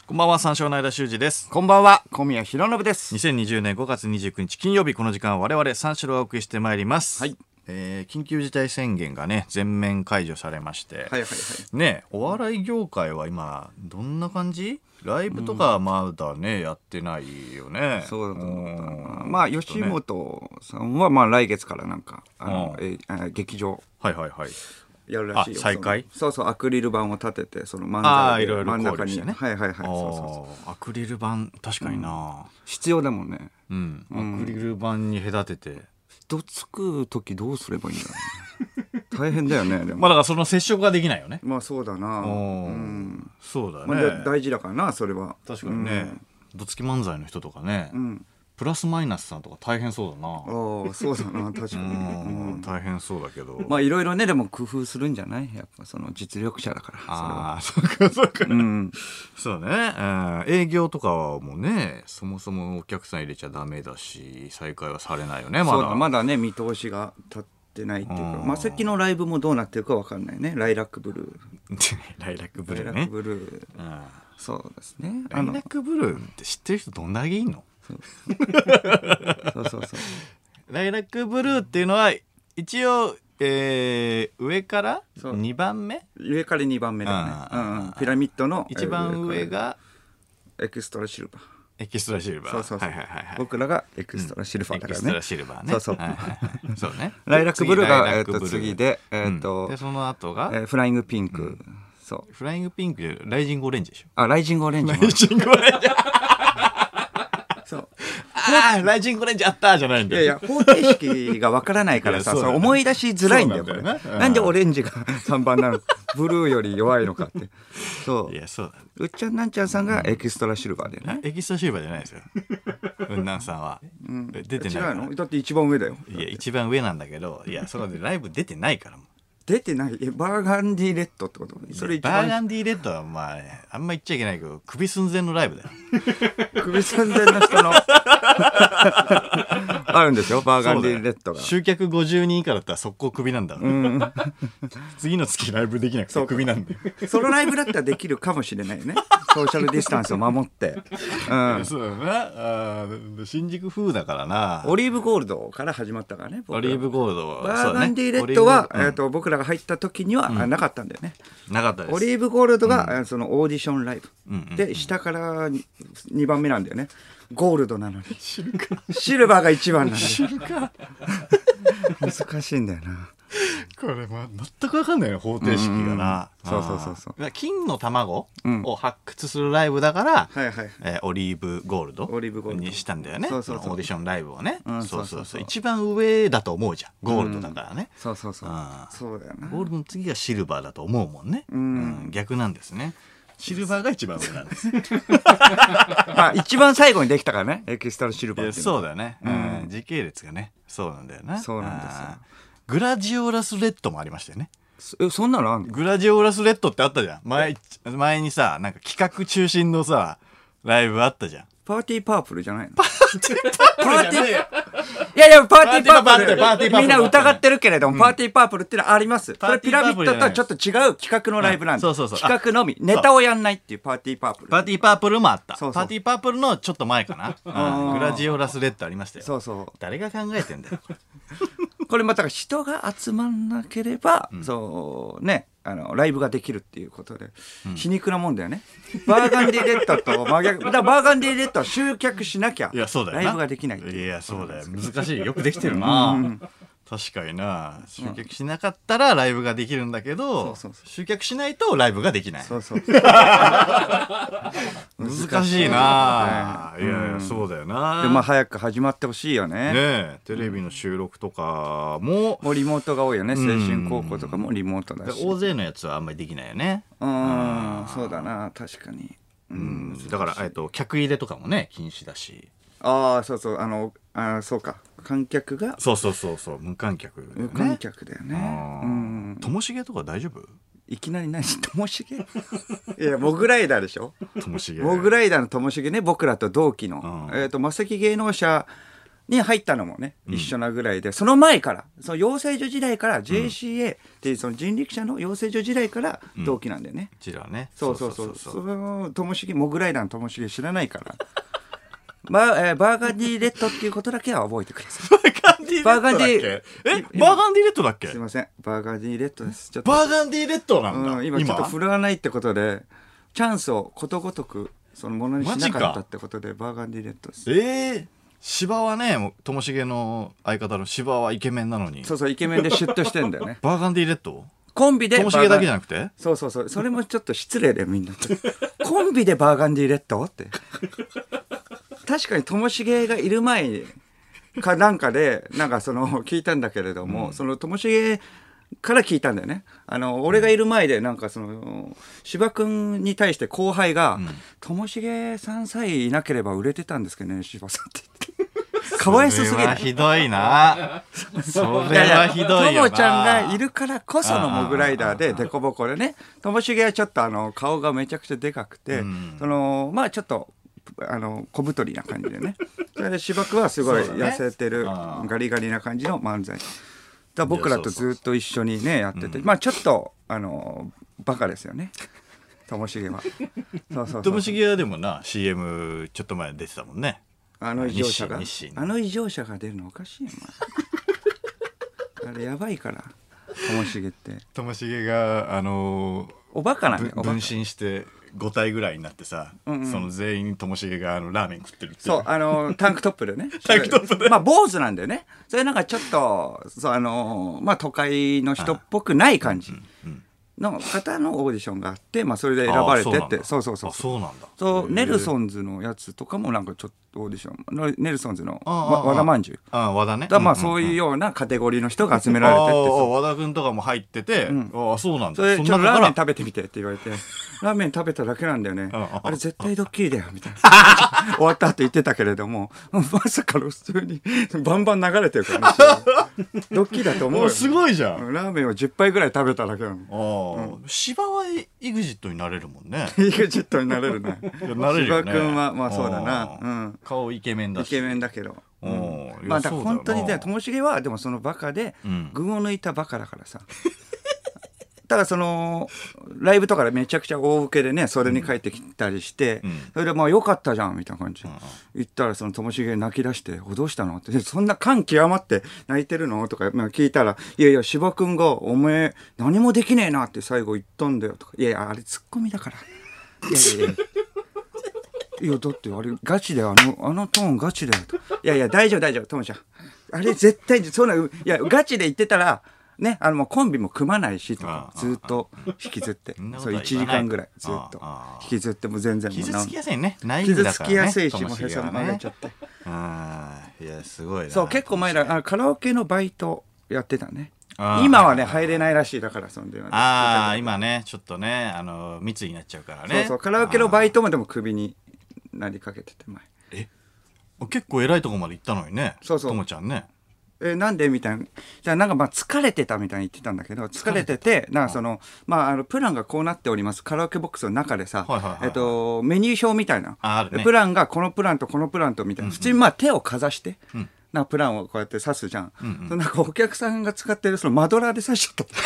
こんばんは、三照の間修二です。 こんばんは、小宮弘信です。 2020年5月29日金曜日、この時間は我々三四郎をお送りしてまいります。 はい。 緊急事態宣言がね全面解除されまして、 はいはいはい。 ね、お笑い業界は今どんな感じ？ライブとかまだね、やってないよね。 そうだと思った。まあ吉本さんはまあ来月からなんか劇場はいはいはいやるらしいよ。 再開？ そうそう、アクリル板を立ててその漫才でいろいろ真ん中に考慮してね。 はいはいはい。そうアクリル板確かにな、 必要だもんね。 アクリル板に隔ててどつく時どうすればいいんだろうね。大変だよね。でもまあだからその接触ができないよね。 まあそうだな。 そうだね、 まあ大事だからな、それは。 確かにね、どつき漫才の人とかね、プラスマイナスさんとか大変そうだな。 ああ、そうだな、確かに。 大変そうだけど、 まあいろいろね、でも工夫するんじゃない？やっぱその実力者だから。 ああ、そうかそうか、そうね、営業とかはもうね、そもそもお客さん入れちゃダメだし、再開はされないよね。 まだね、見通しが立ってないっていうか、まあ関のライブもどうなってるか分かんないね。ライラックブルーライラックブルーね。 ライラックブルー、そうですね。 ライラックブルーって知ってる人どんだけいんの？ そうライラックブルーっていうのは一応、上から2番目？ 上から2番目だね。ピラミッドの一番上がエクストラシルバー。 エキストラシルバー。 そう、僕らがエクストラシルバーだからね。 エキストラシルバーね。そうね。 ライラックブルーが次で、 でその後がフライングピンク。そう。 フライングピンクでライジングオレンジでしょ。 あ、ライジングオレンジ。 ライジングオレンジ。 そう。 ライジングオレンジあったじゃないんだよ。 いや方程式がわからないからさ、思い出しづらいんだよこれ。なんでオレンジが3番なの？ブルーより弱いのかって。そう。 いやそうだ。 うっちゃんなんちゃんさんがエキストラシルバーでね。 エキストラシルバーじゃないですよ。うんなんさんは出てないから。 違うの？だって一番上だよ。 いや一番上なんだけど、いやそこでライブ出てないからも。 出てない。バーガンディレッドってこと？それ一番。 バーガンディレッドはまああんま言っちゃいけないけど首寸前のライブだよ。 首寸前の人のあるんですよ、バーガンディレッドが。 集客50人以下だったら速攻首なんだ。次の月ライブできなくて首なんだよ。 そのライブだったらできるかもしれないよね。ソーシャルディスタンスを守って。 そうだな。新宿風だからな。 オリーブゴールドから始まったからね。 オリーブゴールドはバーガンディレッドは僕らが入った時にはなかったんだよね。 なかったです。 オリーブゴールドがそのオーディションライブで下から2番目なんだよね。ゴールドなのにシルバーが1番なのに難しいんだよなこれ全く分かんないよ方程式がな。 そう金の卵を発掘するライブだから、オリーブゴールドにしたんだよね。オーディションライブをね。そう一番上だと思うじゃん、ゴールドだからね。 そうだよな。 ゴールドの次がシルバーだと思うもんね。逆なんですね。シルバーが一番上なんです。 まあ一番最後にできたからね、エキストラシルバーっていうのは。 そうだよね。時系列がね、そうなんだよな。 そうなんですよ。 グラジオラスレッドもありましたよね。 そんなのあんの？ グラジオラスレッドってあったじゃん。前にさ、なんか企画中心のさライブあったじゃん。 パーティーパープルじゃないの？ パーティーパープルじゃねえよ。 いやパーティーパープルみんな疑ってるけれども、パーティーパープルってのはあります。これピラミッドとはちょっと違う企画のライブなんで。企画のみ、ネタをやんないっていうパーティーパープル。 パーティーパープルもあった。パーティーパープルのちょっと前かな。グラジオラスレッドありましたよ。誰が考えてんだよ。 これまた人が集まんなければ、そうね、ライブができるっていうことで、皮肉なもんだよね。バーガンディレッドと真逆。だからバーガンディレッドは集客しなきゃライブができないっていう。 いやそうだよ、難しい。よくできてるな。確かにな。集客しなかったらライブができるんだけど、集客しないとライブができない。難しいな。いやそうだよな。 でまあ早く始まってほしいよね。 ね、テレビの収録とかもリモートが多いよね。青春高校とかもリモートだし、 大勢のやつはあんまりできないよね。 そうだな、確かに。 だから客入れとかもね禁止だし。 そうか、観客がそう無観客だよね。 無観客だよね。 ともしげとか大丈夫？ いきなり何？ともしげ？いやモグライダーでしょ。 ともしげ。 モグライダーのともしげね、僕らと同期のマセキ芸能者に入ったのもね、一緒なぐらいで、その前から、その養成所時代から JCA っていうその人力車の養成所時代から同期なんだよね。 うちらね。 そうそうそう。そのともしげ、モグライダーのともしげ知らないから。バーガンディレッドっていうことだけは覚えてください。 バーガンディレッドバーガンディレッドだっけ？ すいません。バーガンディレッドです。 ちょっとバーガンディレッドなんだ。 今ちょっと振るわないってことで、チャンスをことごとくそのものにしなかったってことで、バーガンディレッドです。 芝はね、ともしげの相方の芝はイケメンなのに。 そうそう、イケメンでシュッとしてんだよね。 バーガンディレッドコンビでともしげだけじゃなくて？ そうそうそう。それもちょっと失礼でみんな。コンビでバーガンディレッドって。確かにともしげがいる前かなんかで、なんかその聞いたんだけれども、そのともしげから聞いたんだよね。俺がいる前でなんかその芝君に対して後輩がともしげさんさえいなければ売れてたんですけどね、芝さんってかわいそすぎる。 それはひどいな。それはひどいよな。 ともちゃんがいるからこそのモグライダーでデコボコでね、ともしげはちょっと顔がめちゃくちゃでかくて、そのまあちょっと小太りな感じでね。それで芝君はすごい痩せてる、ガリガリな感じの漫才。だ僕らとずっと一緒にねやってて、まあちょっとバカですよね、ともしげは。 ともしげはでもな CM ちょっと前出てたもんね。 異常者が異常者が出るのおかしいよあれやばいからともしげって。 ともしげがおバカなんだよ。 分身して5体ぐらいになってさ、その全員ともしげがラーメン食ってるっていう。 そうタンクトップでね。 タンクトップでまあ坊主なんだよね。それなんかちょっとそうまあ都会の人っぽくない感じの方のオーディションがあって、まあそれで選ばれてって。そうそうなんだ。 そうネルソンズのやつとかもなんかちょっとオーディション、ネルソンズの和田まんじゅう、 和田ね。 まあそういうようなカテゴリーの人が集められてって、 和田君とかも入ってて、そうなんだ。 それちょっとラーメン食べてみてって言われて、ラーメン食べただけなんだよね、あれ絶対ドッキリだよみたいな終わった後言ってたけれども、まさかの普通にバンバン流れてるからね。ドッキリだと思うよ。 すごいじゃん。 ラーメンを10杯ぐらい食べただけなの。 芝はEXITになれるもんね。 EXITになれるね。 なれるよね。 芝君はまあそうだな。 顔イケメンだし。 イケメンだけど。まあだから本当にね、ともしげはでもそのバカで群を抜いたバカだからさ。だからそのライブとかでめちゃくちゃ大受けでね、それに帰ってきたりして、それでまあよかったじゃんみたいな感じで言ったら、そのともしげ泣き出して「どうしたの?」って「そんな感極まって泣いてるの?」とか聞いたら「いやいや芝君がおめえ何もできねえな」って最後言ったんだよとか「いやいやあれツッコミだから」いやいやいやいやだってあれガチであのトーンガチだよと。いやいや大丈夫ともちゃん、あれ絶対そういやガチで言ってたらね、もうコンビも組まないしとかずっと引きずってそう1時間ぐらいずっと引きずっても全然傷つきやすいね。 傷つきやすいしもうへそ曲げちゃって。 いやすごいな。 そう結構前だカラオケのバイトやってたね。今はね入れないらしい。だからそんで今ねちょっとね密になっちゃうからね。 そうカラオケのバイトもでもクビになりかけてて前。 結構偉いとこまで行ったのにね。 ともちゃんね。 なんでみたいな。じゃあなんかまあ疲れてたみたいに言ってたんだけど、疲れててなんかそのまあプランがこうなっております。カラオケボックスの中でさ、メニュー表みたいなプランがこのプランとこのプランとみたいな、普通にまあ手をかざしてなんかプランをこうやって指すじゃん。なんかお客さんが使ってるそのマドラーで指しちゃった。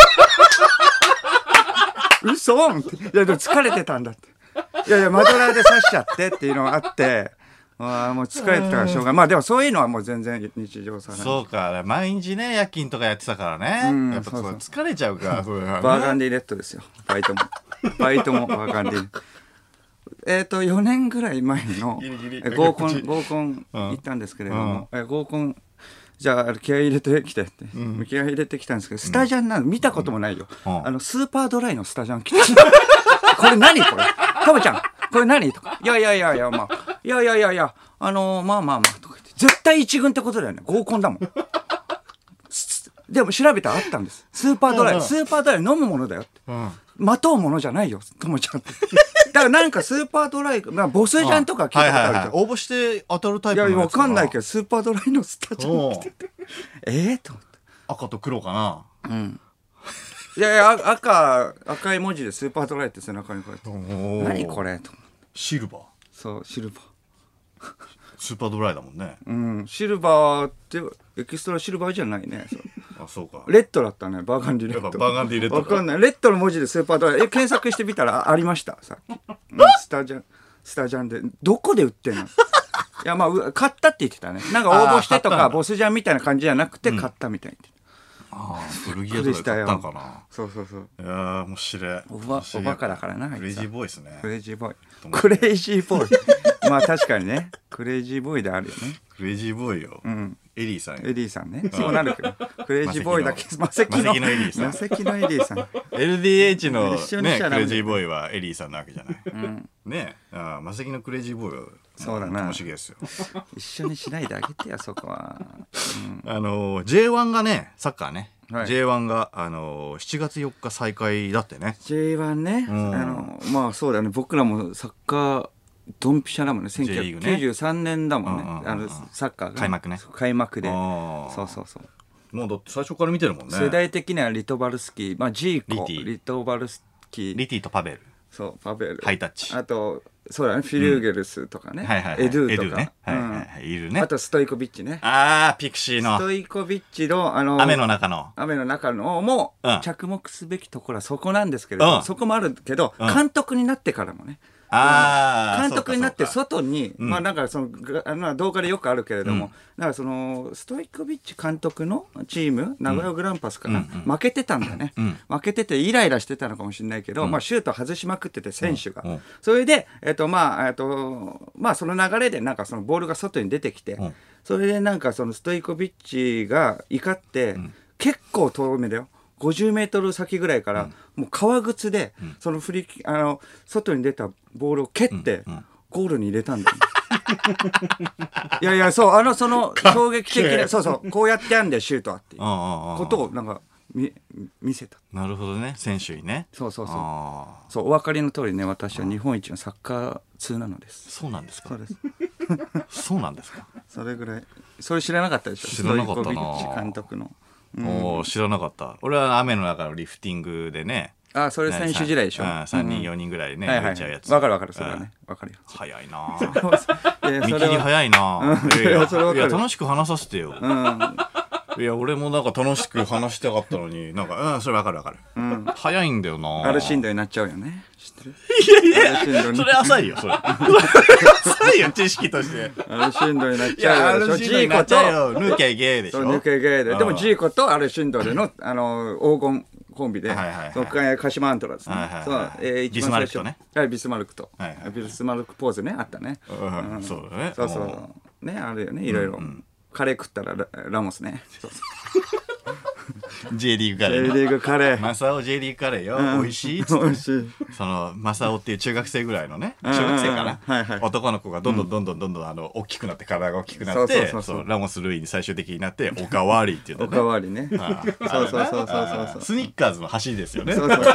嘘？いやでも疲れてたんだって。いやいやマドラーで指しちゃってっていうのがあって。もう疲れてたからしょうがない。まあでもそういうのはもう全然日常茶飯事。 そうか、毎日ね夜勤とかやってたからね、やっぱ疲れちゃうから。 バーガンディレッドですよバイトもバーガンディ4年ぐらい前の合コン行ったんですけれども、合コンじゃあ気合い入れてきてって、気合い入れてきたんですけど、スタジャンなの見たこともないよ。スーパードライのスタジャン来てこれ何これタモちゃんこれ何とか、いやまあいやまあとか言って、絶対一軍ってことだよね。合コンだもん。でも調べたらあったんです。スーパードライ飲むものだよって、まとうものじゃないよともちゃんって。だからなんかスーパードライ、まあ、ボスジャンとか聞いたことあるけど、 応募して当たるタイプのやつかな。 いやわかんないけどスーパードライのスタジャン来ててと思って、 赤と黒かな。 いや赤い文字でスーパードライって背中に書いて、何これと。 シルバー。 そうシルバー。 スーパードライだもんね。 うん、シルバーってエキストラシルバーじゃないね。 あ、そうか。 レッドだったね。バーガンディレッド。 バーガンディレッド。 わかんない。レッドの文字でスーパードライ。検索してみたらありました。さっき。スタジャンで。どこで売ってんの？いや、まあ、買ったって言ってたね。なんか応募してとか、ボスジャンみたいな感じじゃなくて、買ったみたいに。 ああ、古着屋とかで買ったのかな。 そうそうそう。 いやー、面白い。 おバカだからな。 クレイジーボーイですね。 クレイジーボーイ。クレイジーボーイ。まあ確かにね。クレイジーボーイであるよね。 クレイジーボーイよ。 うん。 エリーさん。 エリーさんね。そうなるけど。クレイジーボーイだけ。マセキのエリーさん。マセキのエリーさん。 LDH のね、クレイジーボーイはエリーさんなわけじゃない。ねえ。マセキのクレイジーボーイは。 そうだな。 楽しげですよ。 一緒にしないであげてや、そこは。 J1 がね、サッカーね。J1 が、7月4日再開だってね。 J1 ね、まあそうだね、僕らもサッカードンピシャだもんね。1993年だもんね、サッカーが開幕で。そうそうそう、 もうだって最初から見てるもんね。 世代的にはリトバルスキー、まあ、ジーコ、リトバルスキー、 リティとパベル、 そうパベル、 ハイタッチ、 あとそうだね、フィルーゲルスとかね、エドゥとか、 いるね。 あとストイコビッチね。 ああ、ピクシーのストイコビッチの雨の中のも着目すべきところはそこなんですけれど、そこもあるけど、監督になってからもね、監督になって外に、まあなんかその動画でよくあるけれども、なんかそのストイコビッチ監督のチーム、名古屋グランパスかな、負けてたんだよね。負けててイライラしてたのかもしれないけど、まあシュート外しまくってて選手が、それでまあその流れでなんかそのボールが外に出てきて、それでなんかそのストイコビッチが怒って、結構遠目だよ。50メートル先ぐらいから、もう革靴で、その外に出たボールを蹴って、ゴールに入れたんだよ。いやいや、そう、その衝撃的な、そうそう、こうやってやんだよ、シュートはっていうことを、なんか、見せた。 なるほどね、選手にね。 そうそうそう。そう、お分かりの通りね、私は日本一のサッカー通なのです。 そうなんですか。 そうです。 そうなんですか。 それぐらい。それ知らなかったでしょ。 知らなかったな。 ストイコビッチ監督の。 知らなかった。俺は雨の中のリフティングでね。 あ、それ選手時代でしょ。 3人4人ぐらいね、やっちゃうやつ。 わかるわかる、それはね、わかるよ。 早いな。見切り早いな。いや、楽しく話させてよ。いや、俺もなんか楽しく話したかったのに、なんか、それわかるわかる。早いんだよな。 アルシンドになっちゃうよね。知ってる？ いやいや、それ浅いよ、それ。浅いよ、知識として。 アルシンドになっちゃうよ。ジーコと、 抜けゲーでしょ。 抜けゲーで。でもジーコとアルシンドでの、黄金コンビで、鹿島アントラーズね。 ビスマルクとね。 はい、ビスマルクと。ビスマルクポーズね、あったね。 そうだね。 そうそう。ね、あるよね、いろいろ。カレー食ったらラモスね。 J リーグカレー。 J リーグカレー。 マサオ J リーグカレーよ。美味しい。 美味しい。 そのマサオっていう中学生ぐらいのね、中学生かな。男の子がどんどん大きくなって、体が大きくなって、ラモス・ルイに最終的になって、おかわりっていうのね。 おかわりね。そうそうそうそう。 スニッカーズの走りですよね。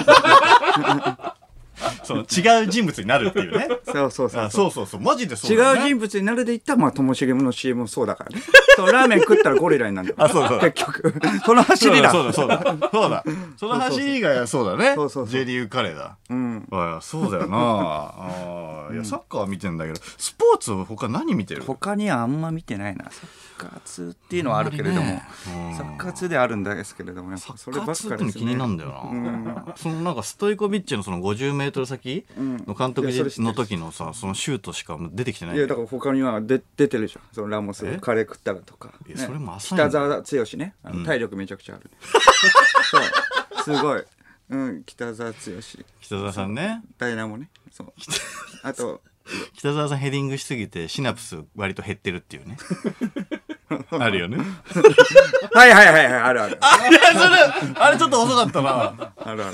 その違う人物になるっていうね。そうマジでそう。 違う人物になるで言ったら、まあともしげの CM もそうだからね。ラーメン食ったらゴリラになるんだ。 あ、そう結局その走りだ。 そうだその走りがそうだね。J リーグカレーだ。そうだよな。いや、サッカー見てんだけど、スポーツ他何見てる？ 他にはあんま見てないな。サッカー通っていうのはあるけれども、サッカー通であるんですけれども、 そればっかりですね。気になるんだよな。そのなんかストイコビッチのその50メートル先の監督の時のさ、そのシュートしか出てきてない。 いや、だから他には出てるでしょ。そのラモスカレー食ったらとか。 それも浅い。 北澤剛ね、体力めちゃくちゃある。そう、すごい。北澤剛。 北澤さんね。 ダイナモね。そう。あと北澤さんヘディングしすぎてシナプス割と減ってるっていうね。あるよね。 はいあるある。 あれちょっと遅かったな。 ある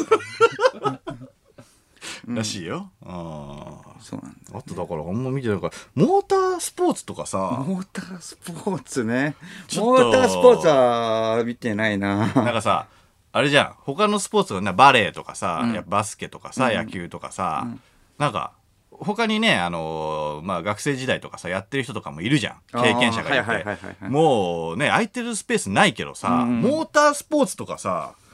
らしいよ。 そうなんだ。 あとだからあんま見てないから、モータースポーツとかさ。 モータースポーツね。モータースポーツは見てないな。 なんかさ、あれじゃん、他のスポーツがバレーとかさ、バスケとかさ、野球とかさ、なんか他にね、まあ学生時代とかさやってる人とかもいるじゃん、経験者がいて。もうね、空いてるスペースないけどさ、モータースポーツとかさ、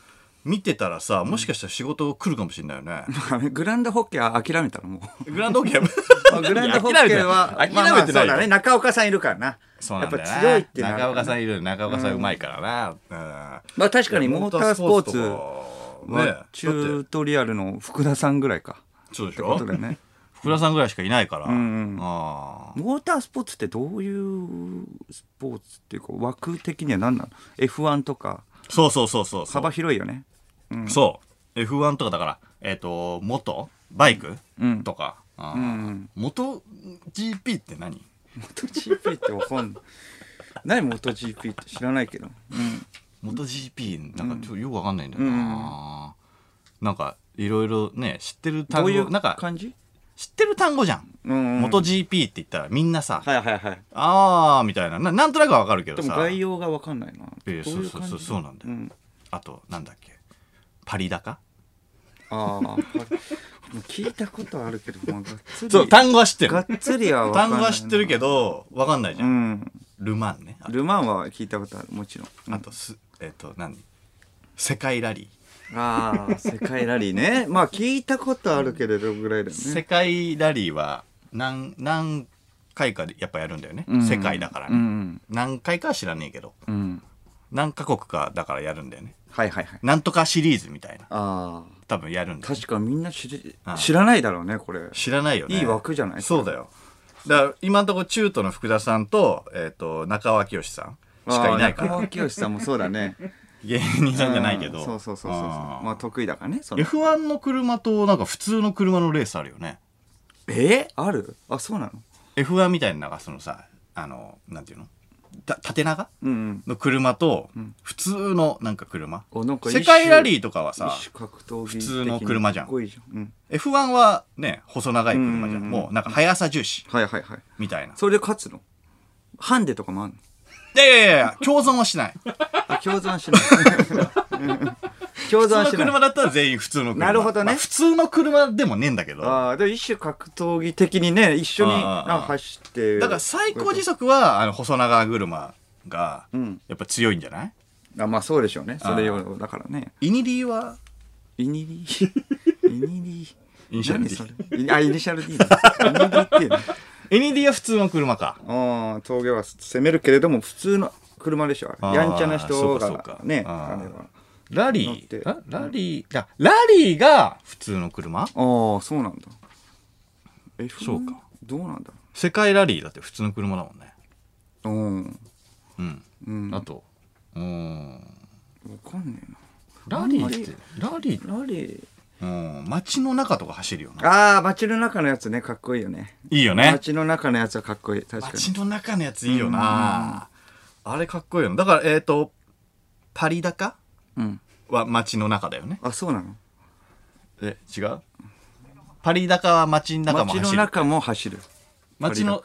見てたらさ、もしかしたら仕事来るかもしれないよね。 グランドホッケーは諦めたのもう。 グランドホッケーグランドホッケーは諦めてないまあまあ諦めてないよそうだね、中岡さんいるからな。 そうなんだよな。 やっぱ強いってなるからね中岡さんいる。中岡さんうまいからな。 まあ確かにモータースポーツね、 はチュートリアルの福田さんぐらいかってそうでしょことだよね。 福田さんぐらいしかいないから。 んあーモータースポーツってどういうスポーツっていうか枠的には何なの？ F1 とかそうそうそうそうそう。 幅広いよね。 そう。F1 とかだから、元バイク、 うんとか。元 GP って何？ 元 GP ってわかんない。何元 GP って知らないけど。 元 GP なんかちょっとよくわかんないんだよな。なんかいろいろね知ってる単語どういうなんか感じ？ 知ってる単語じゃん。元 GP って言ったらみんなさ、 はいはいはい。 あーみたいななんとなくわかるけどでもさ。 概要がわかんないな。 そうそうそうそうなんだよ。あとなんだっけ、パリ高。 ああ、聞いたことあるけど、まあ、がっつり。 そう単語は知ってる。 がっつりはわかんない。 単語は知ってるけどわかんないじゃん。 うん。 ルマンね。 ルマンは聞いたことある、もちろん。 あと何？世界ラリああ、世界ラリーね。まあ聞いたことあるけれどぐらいだよー。世ね。 界ラリーは何回かでやっぱやるんだよね。世界だからね。何回かは知らねえけど、何カ国かだからやるんだよね。 はいはいはい。 なんとかシリーズみたいな。 ああ。 多分やるんだよ。 確かみんな知らないだろうね、これ。 知らないよね。 いい枠じゃない？ そうだよ。だから今のところ中途の福田さんと、中尾明慶さんしかいないから。 中尾明さんもそうだね。 芸人さんじゃないけど。 そうそうそうそう。まあ得意だからね。 F1 の車となんか普通の車のレースあるよね。 ある？あ、そうなの？ F1 みたいなのがそのさ、なんていうの？縦長の車と普通のなんか車。世界ラリーとかはさ、普通の車じゃん。F1 はね、細長い車じゃん。もうなんか速さ重視。 はいはいはい。 みたいな。 それで勝つの？ハンデとかもあるの？ いや共存はしない。 共存しない。共存しない。 普通の車だったら全員普通の車。 なるほどね。 普通の車でもねえんだけど。 ああ、で一種格闘技的にね、一緒に走って。 だから最高時速は細長車がやっぱ強いんじゃない？ あ、まあそうでしょうね。それ用だからね。 イニリーは？ イニリー。 イニシャル D。 あ、イニシャル D だ。イニリーっていうの。 イニリーは普通の車か。 峠は攻めるけれども普通の車でしょ。やんちゃな人がね。 ラリーが普通の車？ ああ、そうなんだ。 そうか。 どうなんだ。 世界ラリーだって普通の車だもんね。あとわかんねえな。 ラリー街の中とか走るよな。 ああ、街の中のやつね、かっこいいよね。 いいよね。 街の中のやつはかっこいい。確かに。 街の中のやついいよな。あれかっこいいよ。だからパリ高は街の中だよね。 あ、そうなの？ 違う？パリ高は街の中も走る。 街の中も走る。 街の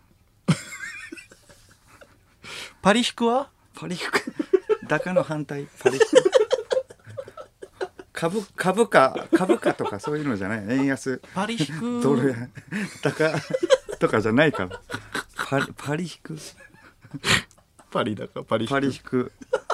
パリ引くは？ パリ引く。高の反対。パリ引く。株価とかそういうのじゃない。円安。 パリ引く。 ドル円高とかじゃないから。パリ引く。 パリ高パリ引く。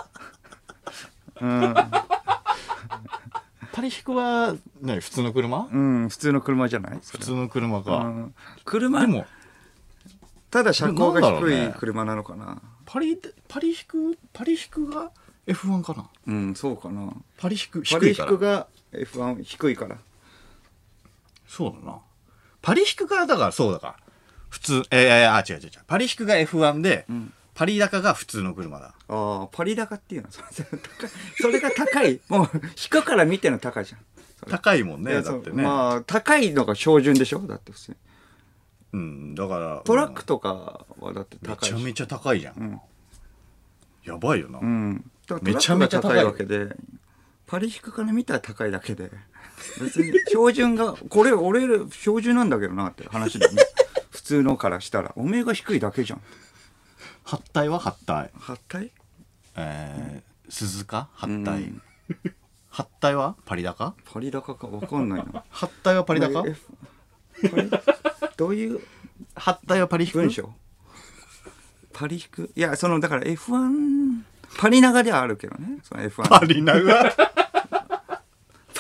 パリ引くはね、普通の車？ 普通の車じゃない？ 普通の車か。 車？でもただ車高が低い車なのかな。 パリ引くが F1 かな。 そうかな。 パリ引くが F1 低いから。 そうだな。パリ引くがだからそうだから普通違う。パリ引くが F1 で、パリ高が普通の車だ。 ああ、パリ高っていうのそれが高い。もう引くから見ての高いじゃん。 高いもんね。だってね。 まあ高いのが標準でしょ。だって普通に。だからトラックとかはだって高い。 めちゃめちゃ高いじゃん。やばいよな。 めちゃめちゃ高いわけで、パリ引くから見たら高いだけで、別に標準がこれ俺標準なんだけどなって話だよね。普通のからしたらおめえが低いだけじゃん。 8体は8体。 8体？ 鈴鹿8体。8体はパリ高？ パリ高か分かんないな。 8体はパリ高？ どういう 8体はパリ引く？ 文章？パリ引く？いやだから F1 パリ長ではあるけどね。その F1 パリ長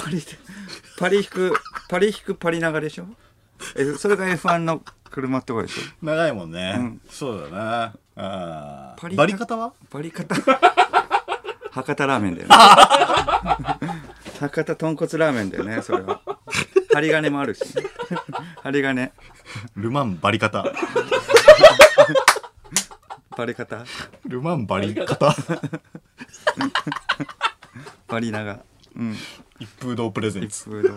パリ引くパリ長でしょ。それが F1 の車ってことでしょ。 長いもんね、そうだな。バリ方はバリ方博多ラーメンだよね。博多豚骨ラーメンだよね、それは。針金もあるし、ね、針金ルマンバリ方バリ方ルマンバリ方バリ長、 一風堂プレゼンツ。 一風堂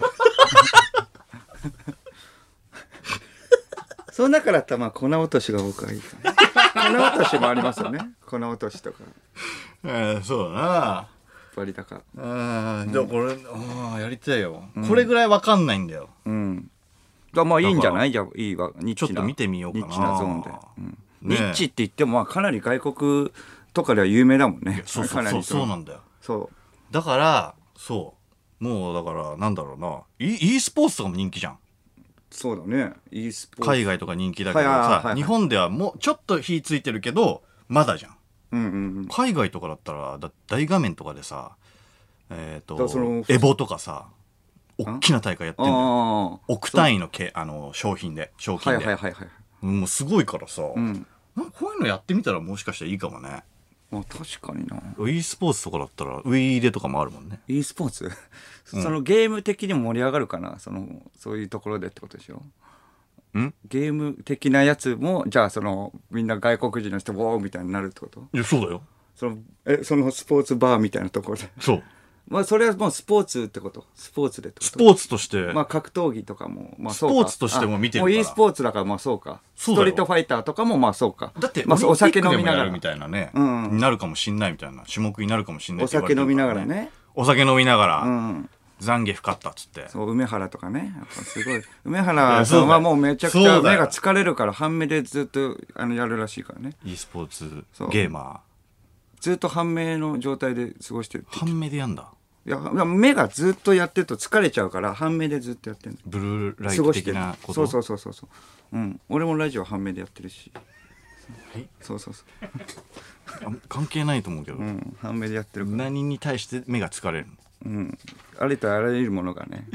その中だったらまあ粉落としが僕はいいかな。粉落としもありますよね。粉落としとかそうだな。 バリ高。 じゃあこれやりたいよ、これぐらいわかんないんだよ。 まあいいんじゃない。じゃあいいわ。 ちょっと見てみようかな。 ニッチなゾーンで、ニッチって言ってもまあかなり外国とかでは有名だもんね。 そうなんだよ。 そうだからもうだからなんだろうな、e スポーツとかも人気じゃん。 そうだね。e スポーツ海外とか人気だけどさ、日本ではもうちょっと火ついてるけどまだじゃん。海外とかだったら大画面とかでさ、エボとかさ、大きな大会やってんだよ。億単位の賞金でもうすごいからさ、こういうのやってみたらもしかしたらいいかもね。 確かにな。 e スポーツとかだったらウイイレとかもあるもんね。 e スポーツそのゲーム的にも盛り上がるかな、そういうところでってことでしょ。ゲーム的なやつもじゃあみんな外国人の人ウォーみたいになるってこと。 いやそうだよ。 そのスポーツバーみたいなところで。 そう。 まあそれはもうスポーツってこと。スポーツでってこと。 スポーツとしてまあ格闘技とかもまあそうか。 スポーツとしても見てるから。 もう e スポーツだからまあそうか。ストリートファイターとかもまあそうか。 だってまあお酒飲みながらみたいなね、になるかもしんないみたいな種目になるかもしんない。 お酒飲みながらね。 お酒飲みながら。懺悔深かったっつって。 そう梅原とかね、やっぱすごい梅原さんはもうめちゃくちゃ目が疲れるから半目でずっとやるらしいからね。 e スポーツゲーマーずっと半目の状態で過ごしてる。 半目でやんだ。 いや目がずっとやってると疲れちゃうから半目でずっとやってる。 ブルーライト的なこと。 そう俺もラジオ半目でやってるし。そう関係ないと思うけど、 半目でやってる。 何に対して目が疲れるの。 ありとあらゆるものがね。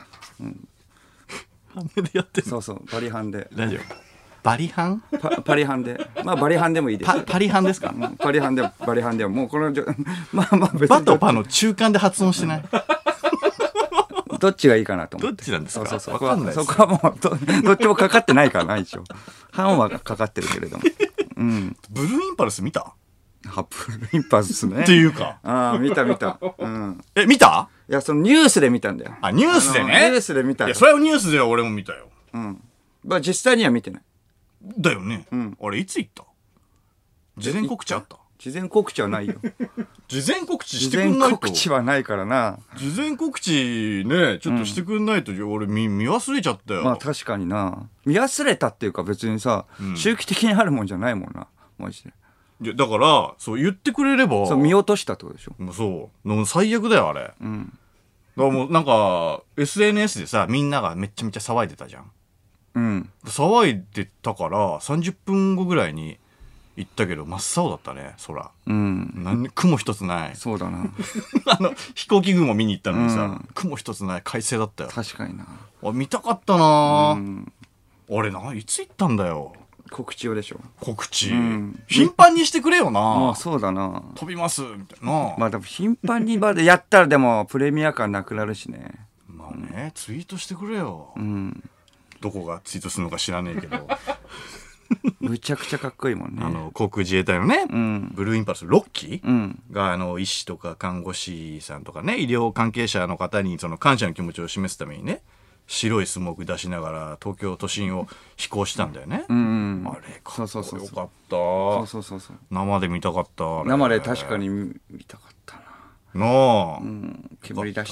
半目でやってる。 バリハンでラジオバリハンパリハンでまあバリハンでもいいです。 パリハンですか。 パリハンでもバリハンでももうこのまあ別にバとパの中間で発音してない。 どっちがいいかなと思って。 どっちなんですか。 わかんないです。そこはもうどっちもかかってないからな一応。半はかかってるけれども。 ブルーインパルス見た。 ブルーインパルスね。 っていうか。 見た。 見た。 いやニュースで見たんだよ。 ニュースでね。 ニュースで見た。 いやそれはニュースでは俺も見たよ。 まあ実際には見てない。 だよね。あれいつ行った。事前告知あった。 事前告知はないよ。 事前告知してくんないと。 事前告知はないからな。 事前告知ねちょっとしてくんないと、俺見忘れちゃったよ。 まあ確かにな。見忘れたっていうか別にさ、周期的にあるもんじゃないもんなマジで。 いやだからそう言ってくれれば。 見落としたってことでしょ。 そう最悪だよあれ。だからもうなんか SNS でさみんながめっちゃめちゃ騒いでたじゃん。騒いでたから30分後ぐらいに行ったけど真っ青だったね空。雲一つない。 そうだな。 飛行機雲見に行ったのにさ、雲一つない快晴だったよ。 確かにな。 見たかったな。俺いつ行ったんだよ。 告知用でしょ。 告知、頻繁にしてくれよな。 そうだな。 飛びますみたいな。 まあでも頻繁にまでやったらでもプレミア感なくなるしね。 まあね、ツイートしてくれよ。どこがツイートするのか知らねえけど。 むちゃくちゃかっこいいもんね。 航空自衛隊のね、ブルーインパルス6機が医師とか看護師さんとかね医療関係者の方にその感謝の気持ちを示すためにね白いスモーク出しながら東京都心を飛行したんだよね。あれかっこよかった。生で見たかった。 生で確かに見たかったな。なあ。 煙出して。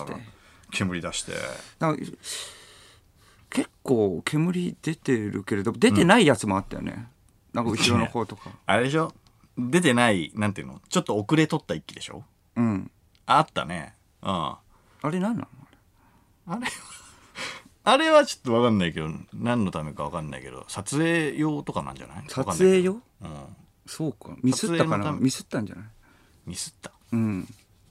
結構煙出てるけれど出てないやつもあったよね。なんか後ろの方とか。 あれでしょ。出てないなんていうのちょっと遅れ取った一機でしょ。あったね。あれ何なのあれはちょっと分かんないけど何のためか分かんないけど撮影用とかなんじゃない。 撮影用。そうかミスったかな。ミスったんじゃない。 ミスった。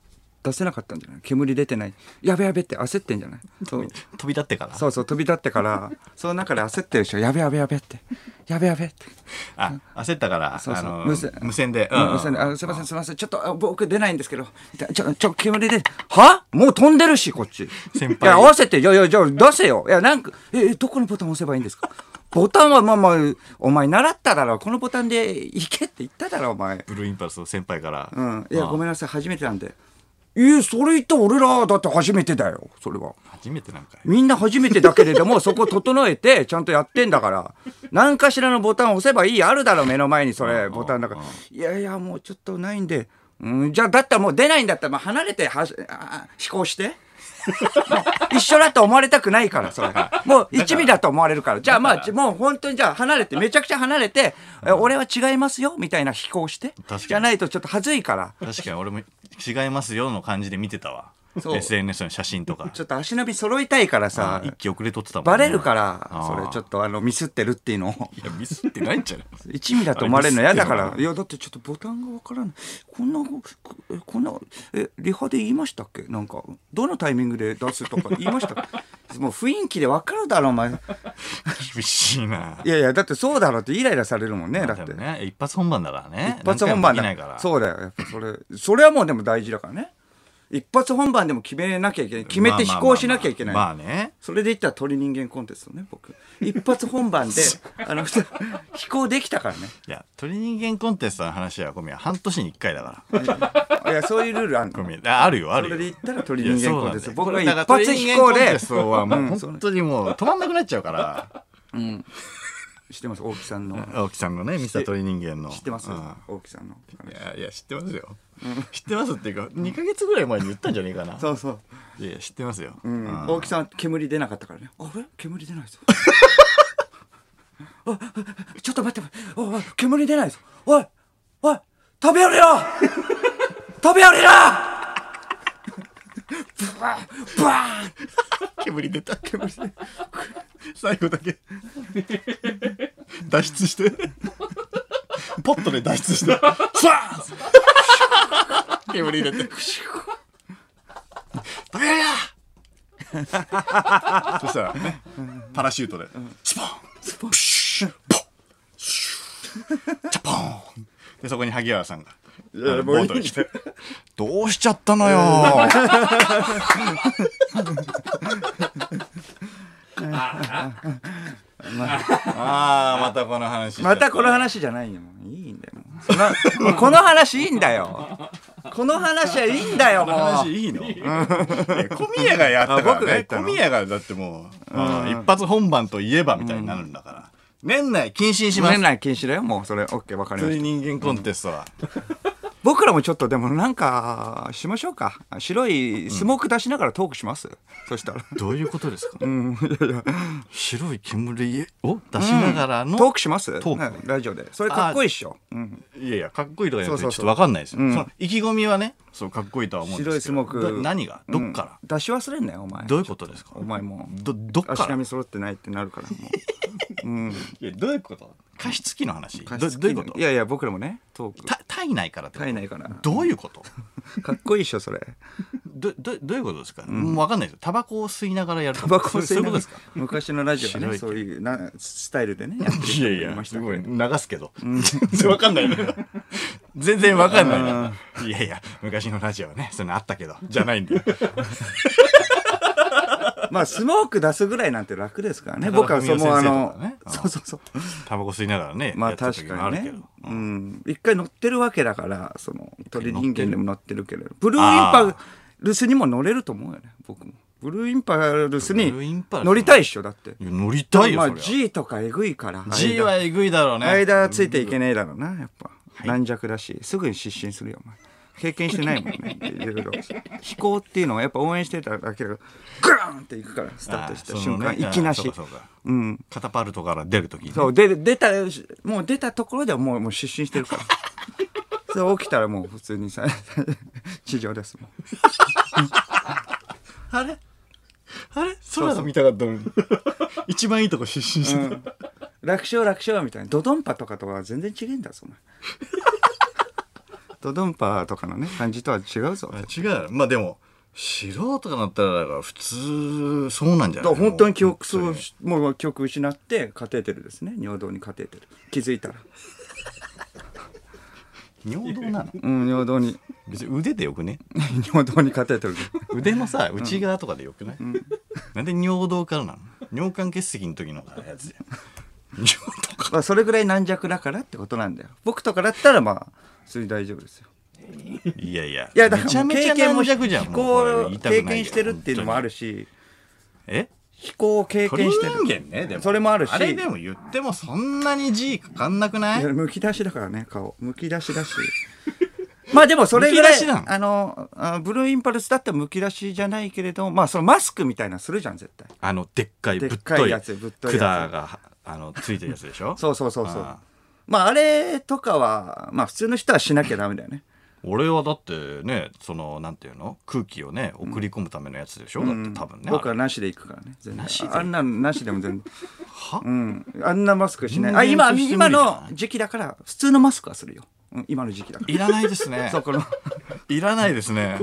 出せなかったんじゃない？煙出てない、やべやべって焦ってんじゃない？そう飛び立ってからそうそう、飛び立ってからその中で焦ってるでしょ。やべやべやべって、やべやべって、 焦ったからそうそう無線で、 無線ですいませんすいません、ちょっと僕出ないんですけど、煙で、はもう飛んでるしこっち、 先輩いや合わせて、いやじゃあ出せよ、いやなんかどこのボタン押せばいいんですか？ボタンはまあお前習っただろ、このボタンで行けって言っただろお前。 ブルーインパルスの先輩から、 いやごめんなさい初めてなんで。それ言ったら俺らだって初めてだよ。それは初めてなんかい。 みんな初めてだけれどもそこ整えてちゃんとやってんだから、何かしらのボタンを押せばいい、あるだろ目の前にそれボタンだから。いやもうちょっとないんで、じゃあだったらもう出ないんだったら離れて飛行して一緒だと思われたくないからそれもう一味だと思われるから、じゃあもう本当にじゃあ離れて、めちゃくちゃ離れて、俺は違いますよみたいな飛行して、じゃないとちょっと恥ずいから。 確かに俺も違いますよの感じで見てたわ。SNS の写真とかちょっと足並み揃いたいからさ、 一気遅れとってたもんね。 バレるからそれちょっとミスってるっていうのを。 いやミスってないんじゃない？ 一味だと思われるの嫌だから。いやだってちょっとボタンがわからない、こんなリハで言いましたっけ？なんかどのタイミングで出すとか言いましたっけ？もう雰囲気でわかるだろお前。 厳しいな。 いやだってそうだろってイライラされるもんね。だってね、一発本番だからね。 一発本番だから。そうだよ、やっぱそれはもうでも大事だからね。一発本番でも決めなきゃいけない、決めて飛行しなきゃいけない。 まあね。 それで言ったら鳥人間コンテストね、僕一発本番で飛行できたからね。 いや鳥人間コンテストの話は小宮半年に1回だから。いやそういうルールあるの。 あるよ。 それで言ったら鳥人間コンテスト、僕は一発飛行ではもう本当にもう止まんなくなっちゃうから。 知ってます、大木さんのね、ミスター鳥人間の。 知ってます、大木さんの。 いや知ってますよ。知ってますっていうか2ヶ月ぐらい前に言ったんじゃねえかな。 そうそう、 いや知ってますよ。 大木さん煙出なかったからね。あれ煙出ないぞ。ちょっと待って、煙出ないぞ。おい食べよりろ食べよりろ。バーン煙出た。最後だけ脱出してポットで脱出してスワーン煙入れて食べやりゃそしたらねパラシュートでスポンプシュッポンシュッチャポンでそこに萩原さんがボートに来てどうしちゃったのよまたこの話またこの話じゃないよ、いいんだよもうこの話いいんだよ、この話はいいんだよ、もうこの話いいの？小宮がやったからね。小宮がだってもう一発本番といえばみたいになるんだから年内禁止にします。 年内禁止だよ、もうそれ OK わかりました。 鳥人間コンテストは僕らもちょっとでもなんかしましょうか。白いスモーク出しながらトークします、そしたら。 どういうことですか？白い煙を出しながらのトークします、 トークラジオで。それかっこいいっしょ。 いやいやかっこいいとかじゃなくてちょっと分かんないですよ。その意気込みはね、そうかっこいいとは思うんですけど、 白いスモーク何がどっから出し忘れんなよお前。 どういうことですか？ お前もうどっから足並み揃ってないってなるからもういやどういうこと？加湿器の話どういうこと？ いやいや僕らもねトーク体内からってこと？ 体内からどういうこと？ かっこいいっしょそれ。 どういうことですか？もう分かんないですよ。タバコを吸いながらやる。 タバコを吸いながら。 そういうことですか？ 昔のラジオはね、そういうスタイルでねやってるいやいやすごい流すけど全然分かんないね。全然分かんないな。いやいや昔のラジオはねそういうのあったけどじゃないんだよ。 まあスモーク出すぐらいなんて楽ですからね。僕はそうそうタバコ吸いながらね。 まあ確かにね。一回乗ってるわけだからその鳥人間でも乗ってるけれど、ブルーインパルスにも乗れると思うよね僕も。ブルーインパルスに乗りたいっしょだって。 乗りたいよ。 まあ G とかえぐいから。 G はえぐいだろうね。 間ついていけねえだろうなやっぱ。軟弱だしすぐに失神するよお前。経験してないもんね。いろいろ飛行っていうのはやっぱ応援してただけでグーンっていくからスタートした瞬間いきなしカタパルトから出るときにそうもう出たところではもう失神してるからそれ起きたらもう普通にさ地上ですもん。 あれ空が見たかったのに一番いいとこ失神してた、楽勝みたいなドドンパとかは全然違えんだそんなドドンパとかのね感じとは違うぞ。 違う。まあでも素人とかなったらだから普通そうなんじゃない？ 本当に記憶もう記憶失ってカテーテルですね。尿道にカテーテル。気づいたら。 尿道なの？ 尿道に。 別に腕でよくね？ 尿道にカテーテル。 腕のさ内側とかでよくない？なんで尿道からなの？尿管結石の時のやつで。尿道か。 まあそれぐらい軟弱だからってことなんだよ。僕とかだったらまあそれ大丈夫ですよ。 いやいや。 いやだからめちゃめちゃ軟弱じゃん。 飛行を経験してるっていうのもあるし。飛行を経験してる鳥人間ね。でもそれもあるし。 あれでも言ってもそんなに字かかんなくない？ むき出しだからね顔。むき出しだし。まあでもそれぐらいブルーインパルスだったらむき出しじゃないけれども、まあそのマスクみたいなするじゃん絶対。 でっかいぶっとい管がついてるやつでしょ。 そうまああれとかはまあ普通の人はしなきゃダメだよね。 俺はだってねそのなんていうの空気をね送り込むためのやつでしょ、だって多分ね。 僕はなしで行くからね全然。あんなのなしでも全然は、 あんなマスクしない。今の時期だから普通のマスクはするよ。今の時期だからいらないですね。 そういらないですね。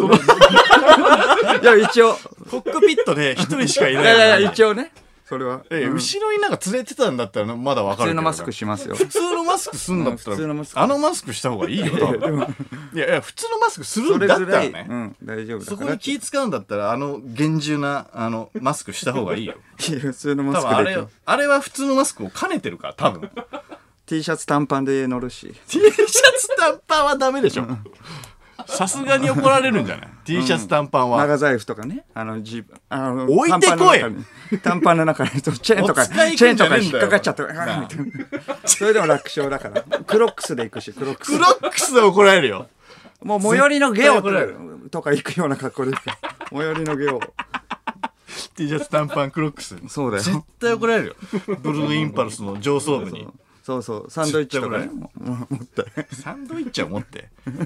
いや一応コックピットで一人しかいない。 いや一応ねそれは。 後ろになんか連れてたんだったらまだわかるけど。 普通のマスクしますよ。 普通のマスクすんだったらあのマスクした方がいいよ多分。いや普通のマスクするんだったらね。 大丈夫だから。 そこに気使うんだったら厳重なマスクした方がいいよ。 普通のマスクで。 あれは普通のマスクを兼ねてるから多分。 T シャツ短パンで乗るし。 T シャツ短パンはダメでしょ。さすがに怒られるんじゃない？ T シャツ短パンは。 長財布とかね。 置いてこい。 短パンの中にチェーンとか引っかかっちゃって。それでも楽勝だから。クロックスで行くし、クロックスで怒られるよ。 もう最寄りのゲオとか行くような格好ですよ。最寄りのゲオ。 T シャツ短パンクロックス。 そうだよ。 絶対怒られるよ。ブルーインパルスの上層部に。 そうサンドイッチとかね持ってサンドイッチは持って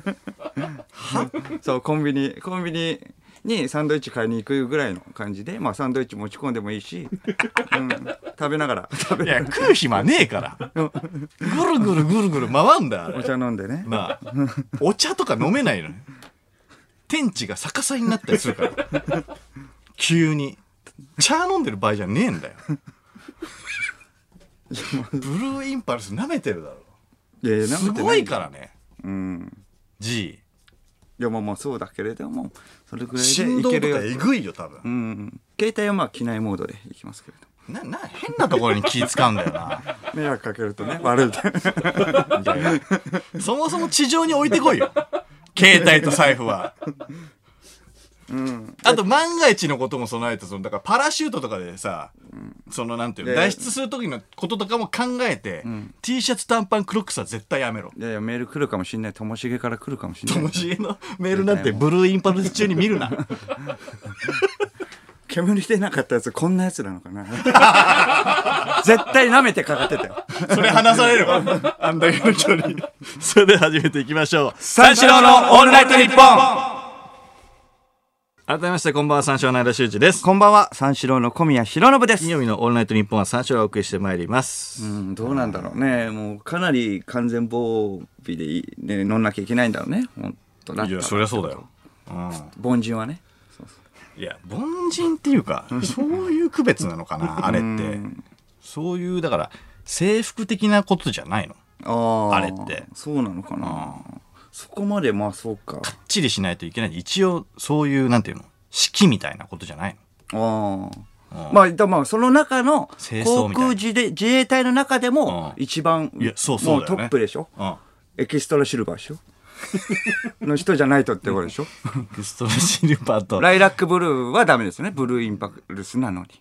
そうコンビニにサンドイッチ買いに行くぐらいの感じで、まあサンドイッチ持ち込んでもいいし、食べながらいや食う暇ねえからぐるぐる回んだよあれ。 お茶飲んでね。 なあお茶とか飲めないのね。天地が逆さになったりするから急に茶飲んでる場合じゃねえんだよ。ブルーインパルス舐めてるだろ。 いやすごいからね。G。 いやまあそうだけれどもそれぐらいで振動とかえぐいよ多分。携帯はまあ機内モードでいきますけれど。 変なところに気使うんだよな。 迷惑かけるとね悪い。 そもそも地上に置いてこいよ。携帯と財布は。あと万が一のことも備えてだからパラシュートとかでさ、なんていうの脱出する時のこととかも考えて、T シャツ短パンクロックスは絶対やめろ。 いやメール来るかもしんない。ともしげから来るかもしんない。 ともしげのメールなんてブルーインパルス中に見るな。 煙出なかったやつこんなやつなのかな。絶対舐めてかかってたよ。 それ話されるわ。あんだけの距離。それでは始めていきましょう。 三四郎のオールナイトニッポン。 改めましてこんばんは、三四郎の間修二です。 こんばんは、三四郎の小宮浩信です。 金曜日のオールナイトニッポンは三四郎をお送りしてまいります。 どうなんだろうね。もうかなり完全防備で、乗んなきゃいけないんだろうね。本当だ。 いやそりゃそうだよ。 凡人はね。 いや凡人っていうかそういう区別なのかなあれって。そういうだから制服的なことじゃないの。あれってそうなのかな。そこまでまあそうか。 かっちりしないといけない。一応そういうなんていうの式みたいなことじゃないの。 まあその中の航空自衛隊の中でも一番もうトップでしょ。エキストラシルバーでしょ。の人じゃないとってことでしょ。 エキストラシルバーとライラックブルーはダメですね。ブルーインパルスなのに。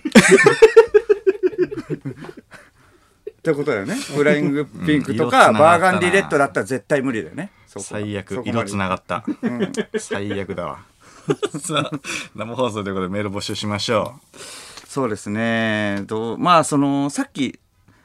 ってことだよね。フライングピンクとかバーガンディレッドだったら絶対無理だよね。 最悪。色つながった。最悪だわ。さあ生放送ということでメール募集しましょう。そうですね。まあさっき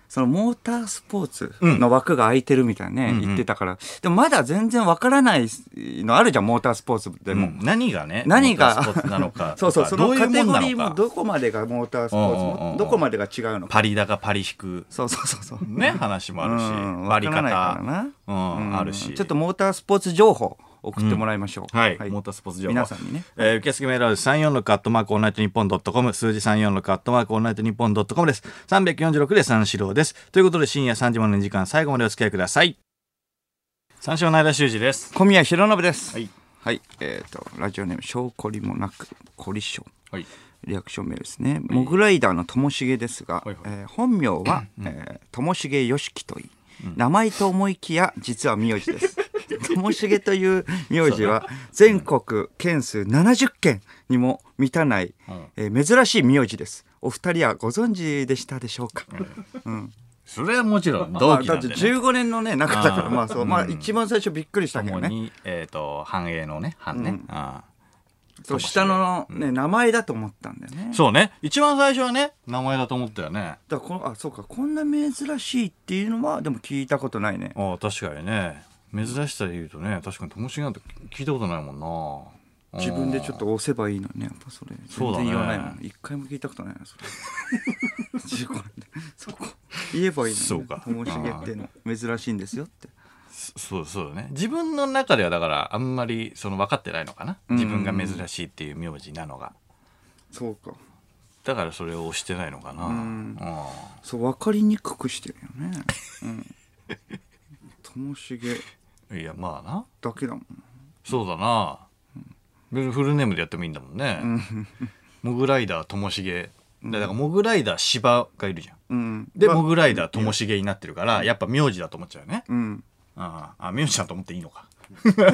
そのモータースポーツの枠が空いてるみたいなね、言ってたから。でもまだ全然わからないのあるじゃん、モータースポーツでも。 何がね、 何がモータースポーツなのか。 そうそう、そのカテゴリーもどういうもんなのか。 どこまでがモータースポーツ、どこまでが違うのか。 パリだかパリ引く。 そうそうそうそう。 ね、話もあるし、割りわからないから方。 な。 あるし。 ちょっとモータースポーツ情報送ってもらいましょう。 はい。モータースポーツ情報。 皆さんにね。 受付メールは346@オールナイトニッポンドットコム、数字346@オールナイトニッポンドットコムです。346で三四郎です。ということで深夜3時までの時間、最後までお付き合いください。三四郎の間修二です。 小宮浩信です。 はい。 はい。ラジオネーム、証拠りもなく、コリション。 はい。 リアクションメールですね。モグライダーのともしげですが、本名はともしげよしきといい、名前と思いきや実は名字です。ともしげという名字は全国県数70件にも満たない、珍しい名字です。お二人はご存知でしたでしょうか？ それはもちろん同期なんで、ね、 だって15年のね中だからまあそう、まあ一番最初びっくりしたけどね。 共に繁栄のね繁ね。 そう下のね名前だと思ったんだよね。 そうね、一番最初はね名前だと思ったよね。 だからそうか、こんな珍しいっていうのはでも聞いたことないね。 ああ確かにね、珍しさで言うとね、確かにともしげなんて聞いたことないもんな。 自分でちょっと押せばいいのにね、やっぱそれ全然言わないもん。一回も聞いたことないなそれ。15年でそこ言えばいいのに。 そうか。 ともしげっていうの珍しいんですよって。 そうだね。自分の中ではだからあんまりその分かってないのかな。自分が珍しいっていう名字なのが。 そうか。 だからそれを押してないのかな。 そう分かりにくくしてるよね。ともしげ。 いやまあな。 だけだもん。 そうだな。フルネームでやってもいいんだもんね。モグライダーともしげ。だからモグライダー芝がいるじゃん。でモグライダーともしげになってるからやっぱ名字だと思っちゃうよね。名字だと思っていいのか。間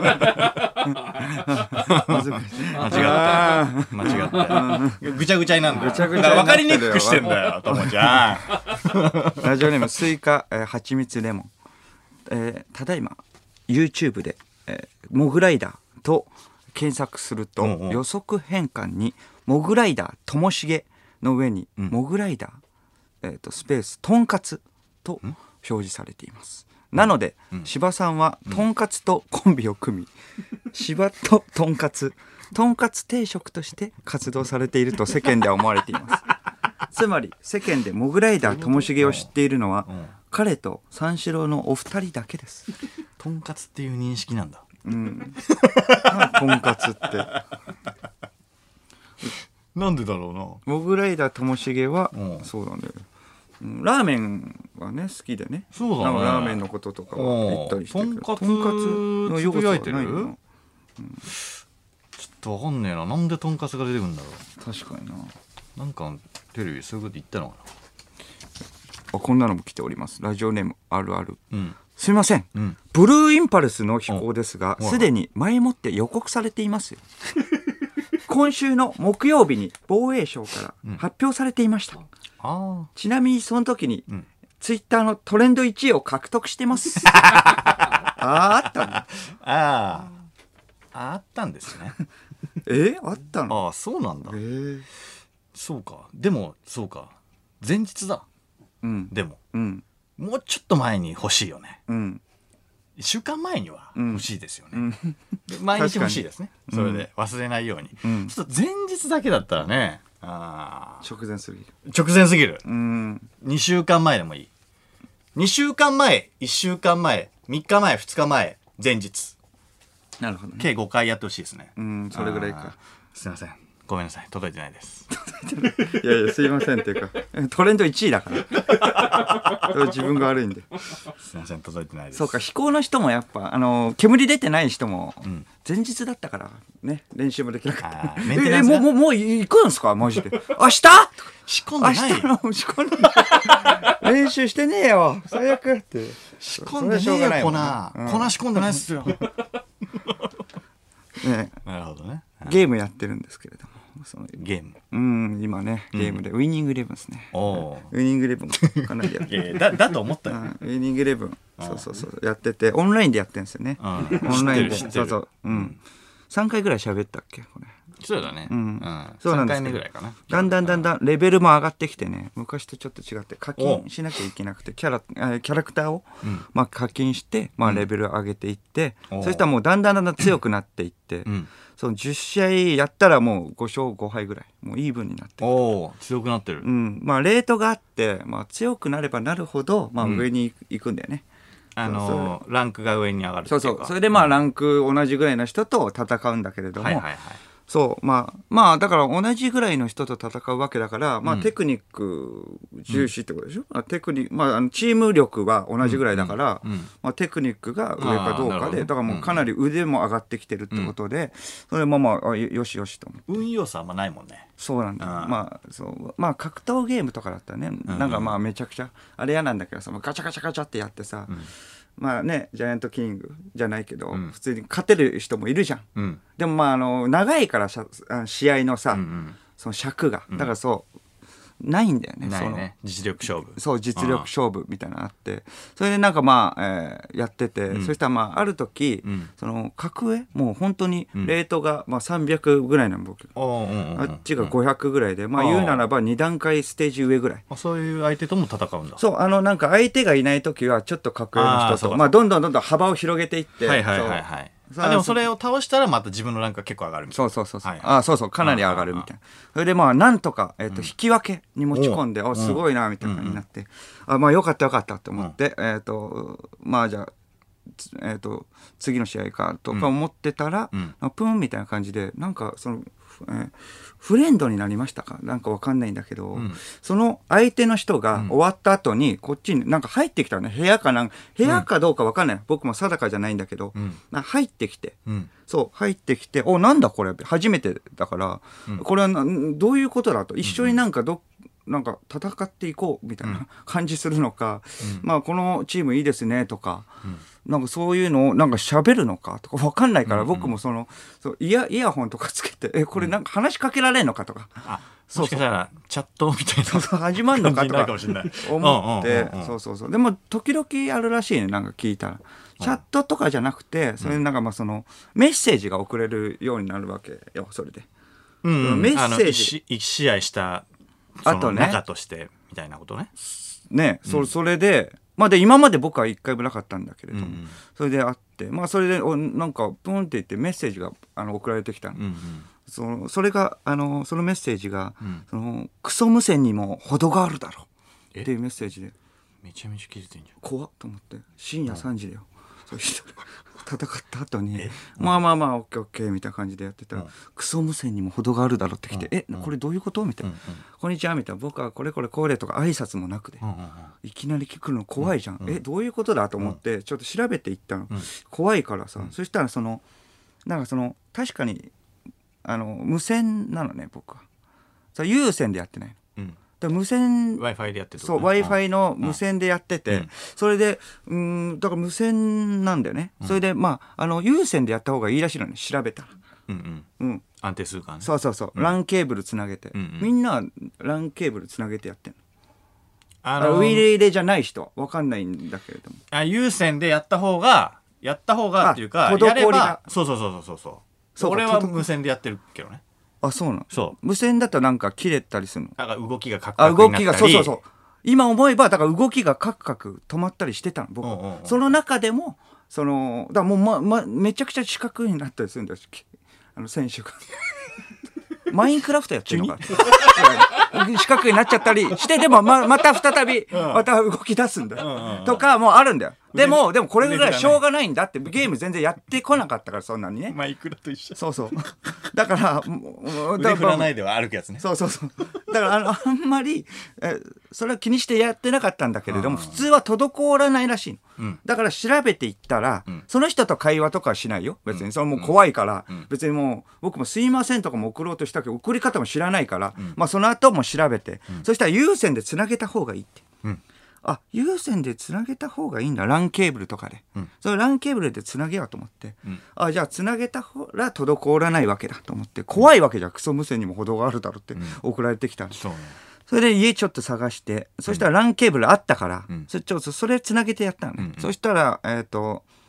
違ったぐちゃぐちゃになるんだよ。分かりにくくしてんだよともちゃん。 ラジオネームスイカはちみつレモン。ただいま YouTube でモグライダーと検索すると予測変換にモグライダーともしげの上にモグライダースペースとんかつと表示されています。なので、柴さんはとんかつとコンビを組み、柴ととんかつ定食として活動されていると世間では思われています。つまり世間でモグライダーともしげを知っているのは、彼と三四郎のお二人だけです。 とんかつっていう認識なんだ。 とんかつって。 なんでだろうな。 モグライダーともしげは、そうなんだよ。ラーメンはね好きでね。 そうだね。 ラーメンのこととかは言ったりしてるけど。 とんかつの要素はないの？ちょっとわかんねえな。なんでとんかつが出てくるんだろう。 確かにな。 なんかテレビそういうこと言ったのかな。 こんなのも来ております。ラジオネームあるある。すみません、ブルーインパルスの飛行ですがすでに前もって予告されていますよ。今週の木曜日に防衛省から発表されていました。ちなみにその時に、ツイッターのトレンド1位を獲得してます。あったんだ。 あったんですね。 あったの？ そうなんだ。そうか。でもそうか。前日だ。でも、もうちょっと前に欲しいよね。1週間前には欲しいですよね。毎日欲しいですね。それで忘れないように。ちょっと前日だけだったらね。 直前すぎる。 直前すぎる。2週間前でもいい。2週間前、1週間前、3日前、2日前、前日。 なるほどね。 計5回やってほしいですね。 それぐらいか。 すいません。ごめんなさい。届いてないです。 いやいや、すいませんっていうか、トレンド1位だから。自分が悪いんで。 すいません、届いてないです。 そうか、飛行の人もやっぱ、煙出てない人も、前日だったから、ね、練習もできなかった。もう行くんすかマジで。明日仕込んでないよ。 仕込んで練習してねえよ。最悪って。 仕込んでねえよ、粉仕込んでないっすよ。 ね、 なるほどね。 ゲームやってるんですけれども。 ゲーム今ねゲームでウイニングイレブンですね。ウイニングイレブンかなりやってだと思ったよ。 ウイニングイレブンそうやっててオンラインでやってるんですよね。オンラインでそう3回ぐらい喋ったっけこれ。 そうだね。 そうなんですけど 3回目ぐらいかな。 だんだんレベルも上がってきてね、昔とちょっと違って課金しなきゃいけなくてキャラクターを、まあ、課金して、まあ、レベル上げていって、そしたらもうだんだん強くなっていって、その10試合やったらもう5勝5敗ぐらいもうイーブンになってる。 おー、強くなってる。 まあレートがあって、まあ、強くなればなるほど、まあ、上に行くんだよね。 ランクが上に上がるっていうか。 そうそれでまあランク同じぐらいの人と戦うんだけれども、そうまあだから同じぐらいの人と戦うわけだから、まあテクニック重視ってことでしょ。テクニまあチーム力は同じぐらいだから、まあテクニックが上かどうかで、だからもうかなり腕も上がってきてるってことで、それもまあよしよしと思って。 運要素あんまないもんね。 そうなんだ。まあ格闘ゲームとかだったらね、なんかまあめちゃくちゃあれ嫌なんだけどさ、ガチャガチャガチャってやってさ。まあね、ジャイアントキングじゃないけど、普通に勝てる人もいるじゃん。でもまあ長いから試合のさ、その尺が、だからそうないんだよね。 ないね。実力勝負。 そう実力勝負みたいなのあって、それでなんかまあ、やってて、そしたらまあある時、その格上もう本当にレートがまあ300ぐらいなの僕。あっちが500ぐらいで、まあ言うならば2段階ステージ上ぐらい。 そういう相手とも戦うんだ。 そうなんか相手がいない時はちょっと格上の人とまあどんどん幅を広げていって。 でもそれを倒したらまた自分のランクが結構上がるみたいな。 そうかなり上がるみたいな。それでまあなんとか引き分けに持ち込んで、すごいなみたいな感じになって、まあよかったと思って、まあじゃあ次の試合かとか思ってたら、プンみたいな感じでなんかそのフレンドになりましたかなんかわかんないんだけど、その相手の人が終わった後にこっちになんか入ってきたね。部屋かどうかわかんない、僕も定かじゃないんだけど、入ってきて、そう入ってきて、なんだこれ初めてだから、これはどういうことだと、一緒になんかなんか戦っていこうみたいな感じするのか、まあこのチームいいですねとか、なんかそういうのをなんか喋るのかとか分かんないから、僕もそうイヤホンとかつけてこれなんか話しかけられるのかとか、 もしかしたらチャットみたいな始まるのかとか思って、でも時々あるらしいね。なんか聞いたらチャットとかじゃなくて、それなんかまあそのメッセージが送れるようになるわけよ。それでメッセージ 1試合したあとね、中としてみたいなことね。 それでまあで今まで僕は一回もなかったんだけれども、それであって、まあそれでなんかプンって言ってメッセージが送られてきたの。それがそのメッセージがクソ無線にも程があるだろうっていうメッセージで、 めちゃめちゃ切れてんじゃん。 怖っと思って、深夜3時だよ。そして戦った後にまあオッケーオッケーみたいな感じでやってたら、クソ無線にも程があるだろって来て、これどういうことみたいな、こんにちはみたいな、僕はこれとか挨拶もなくで、いきなり聞くの怖いじゃん。どういうことだと思ってちょっと調べていったの。怖いからさ、そしたらなんか確かに無線なのね、僕は。有線でやってないの。無線 Wi-Fi でやってる。 そう Wi-Fi の無線でやってて、それでだから無線なんだよね。それでまあ有線でやった方がいいらしいのね、調べたら。 安定するからね。 そう、LAN ケーブルつなげて、みんなは LAN ケーブルつなげてやってんの。ウィレ入れじゃない人は分かんないんだけれども、 有線でやった方がっていうか、やればそう俺は無線でやってるけどね。 そうなの。無線だとなんか切れたりするの。 だから動きがカクカクになったり。 そう今思えばだから動きがカクカク止まったりしてたの僕。その中でもだからもうめちゃくちゃ四角になったりするんだよ、選手が。マインクラフトやってるのか四角になっちゃったりして、でもまた再びまた動き出すんだとかもあるんだよ。でもこれぐらいしょうがないんだって、ゲーム全然やってこなかったから、そんなにね。 マイクラと一緒。 そうだから腕振らないでは歩くやつね。 そうだからあんまりそれは気にしてやってなかったんだけれども、普通は滞らないらしいの。だから調べていったら、その人と会話とかはしないよ別に。それもう怖いから、別にもう僕もすいませんとかも送ろうとしたけど、送り方も知らないから、まあその後も調べて、そしたら有線でつなげた方がいいって。有線でつなげた方がいいんだ、LAN ケーブルとかで。それ LAN ケーブルでつなげようと思って、じゃあつなげた方ら滞らないわけだと思って、怖いわけじゃん、クソ無線にも程があるだろって送られてきたんです。それで家ちょっと探して、そしたら LAN ケーブルあったから、それつなげてやったのね。そしたら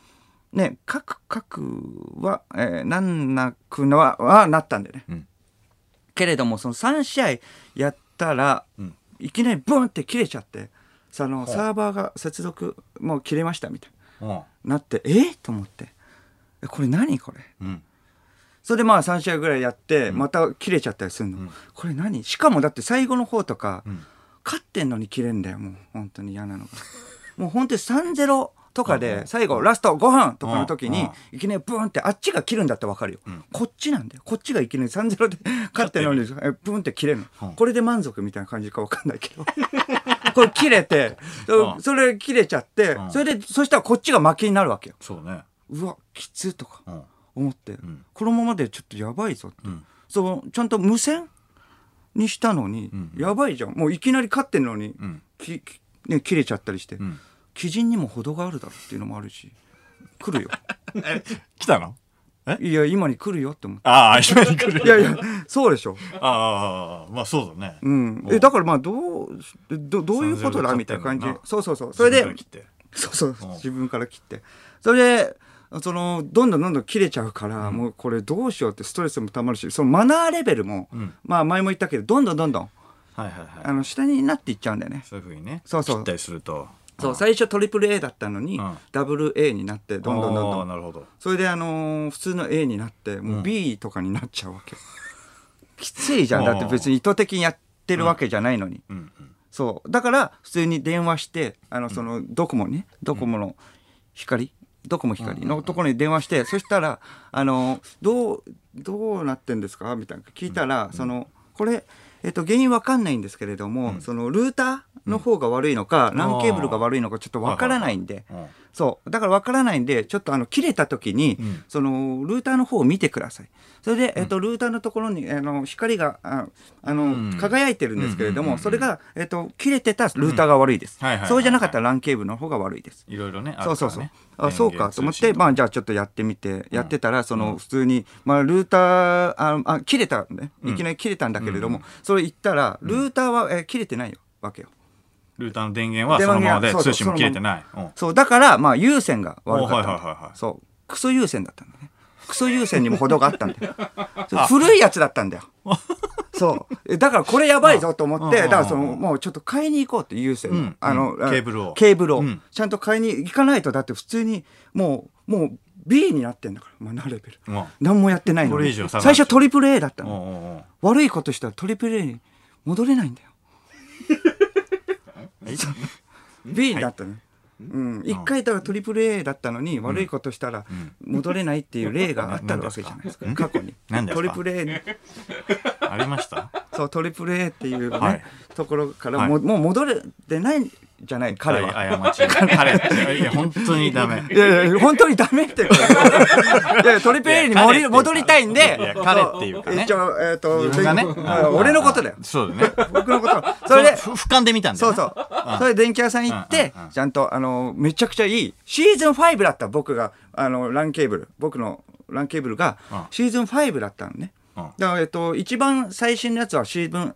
ね各は、なんなくのはなったんだよね、 うん、 けれどもその3試合やったら、うん、いきなりブンって切れちゃってサーバーが接続もう切れましたみたいななってと思ってこれ何これ、うん、それでまあ3試合ぐらいやってまた切れちゃったりするの、うん、これ何しかもだって最後の方とか、うん、勝ってんのに切れんだよもう本当に嫌なのがもう本当に 3-0 とかで最後ラスト5分とかの時にいきなりブーンってあっちが切るんだって分かるよ、うん、こっちなんだよこっちがいきなり 3-0 で勝ってんのにブーンって切れるの、これで満足みたいな感じか分かんないけどこれ切れてそれ切れちゃってそしたらこっちが負けになるわけよ。 そうね、 うわきつとか思って、このままでちょっとやばいぞって、ちゃんと無線にしたのに、やばいじゃんもういきなり勝ってんのに、切れちゃったりして、基準にも程があるだろっていうのもあるし来るよ来たのいや今に来るよって思って。 ああ今に来るいやいやそうでしょ。 ああまあそうだね、 うん、だからまあどういうことだみたいな感じ。そうそれでそう自分から切ってそれでどんどん切れちゃうから、もうこれどうしようってストレスもたまるしそのマナーレベルも、まあ前も言ったけどどんどん下になっていっちゃうんだよね。 そういうふうにねそう切ったりするとそう最初トリプル A だったのに、ダブル A になってどんどんなるほど。それで普通の A になってもう B とかになっちゃうわけ、きついじゃんだって別に意図的にやってるわけじゃないのに、そうだから普通に電話してドコモの光ドコモ光のところに電話して、そしたらどうなってんですかみたいな聞いたら、これ原因わかんないんですけれども、ルーターの方が悪いのか、LAN ケーブルが悪いのかちょっとわからないんで、そうだからわからないんでちょっと切れた時に、ルーターの方を見てください。それで、ルーターのところに光が輝いてるんですけれども、それが、切れてたルーターが悪いです。そうじゃなかったら LAN ケーブルの方が悪いです。 いろいろね。 そうそうかと思って、まあじゃあちょっとやってみてやってたら普通にまあルーター切れたね、いきなり切れたんだけれども、それ言ったらルーターは切れてないわけよ。 ルーターの電源はそのままで通信も切れてない。 そうだからまあ有線が悪かった。そうクソ有線だったんだね。クソ有線にも程があったんだよ。古いやつだったんだよ。そうだからこれやばいぞと思って、だからもうちょっと買いに行こうって有線のケーブルをちゃんと買いに行かないと、だって普通にもう B になってんだからマナーレベル何もやってないのに、最初トリプル A だったの。悪いことしたらトリプル A に戻れないんだよ。B だったね。1回だからトリプル A だったのに悪いことしたら戻れないっていう例があったわけじゃないですか、過去に。トリプル A にありました。 そうトリプル A っていうねところからもう戻れてないじゃない彼は。 彼いや本当にダメ。 いや本当にダメってトリプル A に戻りたいんで、 彼っていうかね、 一応俺のことだよ。 そうだね、 僕のこと。それで俯瞰で見たんだよ。 そうそれで電気屋さん行ってちゃんとめちゃくちゃいいシーズン5だった。僕がLAN ケーブル、僕の LAN ケーブルがシーズン5だったのね。だから一番最新のやつはシーズン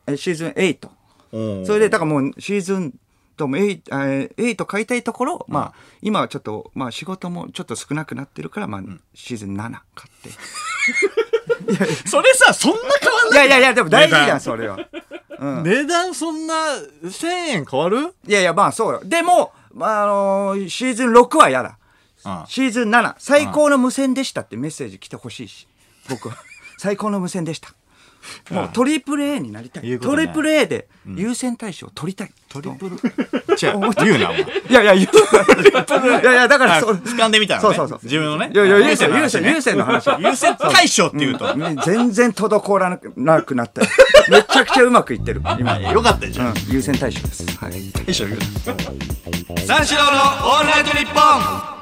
8。それでだからもうシーズンとも8買いたいところ、まあ今はちょっとまあ仕事もちょっと少なくなってるから、まあシーズン7買ってそれさそんな変わんない。 いやでも大事じゃんそれは。 値段そんな1000円変わる？ いやまあそうよ。でもシーズン6は嫌だ。シーズン7最高の無線でしたってメッセージ来てほしいし、僕は最高の無線でした。もうトリプル A になりたい。トリプル A で優先対象を取りたい。 トリプル言うなお前。 いや言うな。いやだから俯瞰で見たのね。 そう自分のね。 いや優先の話。 優先対象っていうと全然滞らなくなった。めちゃくちゃうまくいってる今。 よかったじゃん。 優先対象です。はい。 三四郎のオールナイトニッポン。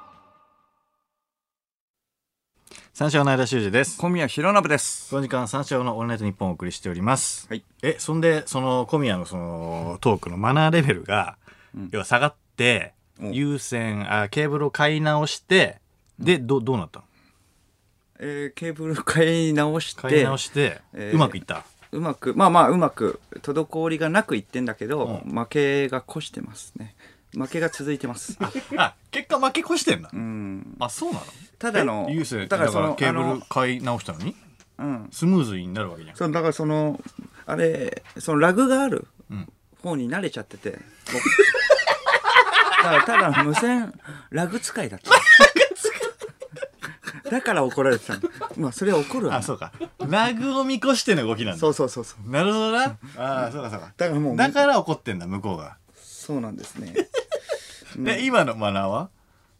三四郎の間修二です。 小宮浩信です。 この時間三四郎のオールナイトニッポンをお送りしております。 はい。 そんでその小宮のそのトークのマナーレベルが、要は下がって有線ケーブルを買い直してでどうなったの？ ケーブル買い直してうまくいった？ うまくまあうまく滞りがなくいってんだけど、負けが越してますね。 負けが続いてます。 結果負け越してんだ。あ、そうなの。 ただのユースだからケーブル買い直したのにスムーズになるわけじゃん。 そうだからそのラグがある方に慣れちゃってて、だからただの無線ラグ使いだった。だから怒られてたの。まあそれは怒るわ。 そうか。ラグを見越しての動きなんだ。 そう。 なるほどな。そうか。だから怒ってんだ向こうが。 そうなんですね。 今のマナーは？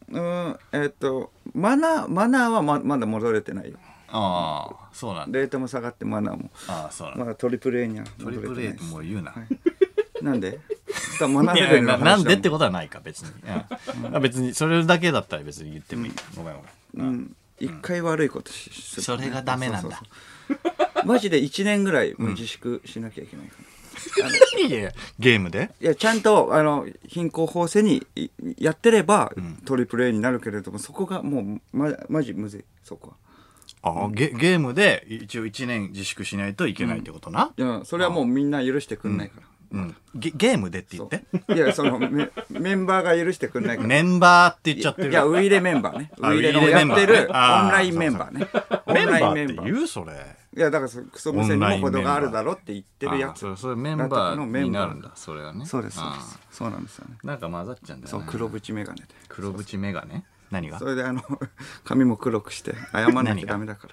マナーはまだ戻れてないよ。 そうなんだ。 レートも下がってマナーも。 そうなんだ。 まだトリプル A にはトリプル A ってもう言うな。 なんで？マナーレベルの話なんでってことはないか別に。別にそれだけだったら別に言ってもいい。ごめん。 一回悪いことそれがダメなんだ。 マジで1年ぐらい自粛しなきゃいけないから。 いやゲームで？いやちゃんと貧困法制にやってればトリプル A になるけれども、そこがもうマジむずい、そこは。 ゲームで一応1年自粛しないといけないってことな。 いやそれはもうみんな許してくんないから。 ゲームでって言って。 いやそのメンバーが許してくんないから。 メンバーって言っちゃってる。 いやウイレメンバーね。ウイレのやってるオンラインメンバーね。 メンバーって言うそれ。 いやだからクソ無線にも程があるだろって言ってるやつ。 それメンバーになるんだ。それはね。 そうです。そうなんですよね。 なんか混ざっちゃうんだよね。 そう黒縁メガネで。 黒縁メガネ？何が？ それで髪も黒くして謝んなきゃダメだから。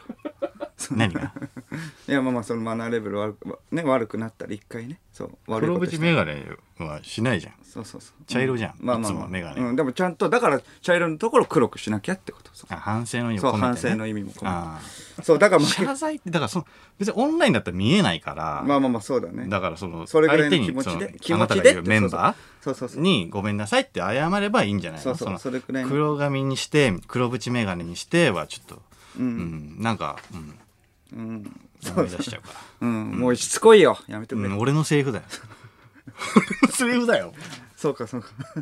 何が？ いやまあそのマナーレベル悪くなったら一回ね。 黒縁メガネはしないじゃん。 そう茶色じゃん。 まあいつもメガネ。 でもちゃんとだから茶色のところ黒くしなきゃってこと。 反省の意味も込めてね。 反省の意味も込めて。そうだから謝罪ってだから別にオンラインだったら見えないから。 まあそうだね。 だからそれぐらいの気持ちであなたが言うメンバーにごめんなさいって謝ればいいんじゃないの？ それくらい。 黒髪にして黒縁メガネにしてはちょっとなんか思い出しちゃうから。 もうしつこいよ。やめてくれ。 俺のセリフだよ。セリフだよ。 そうか。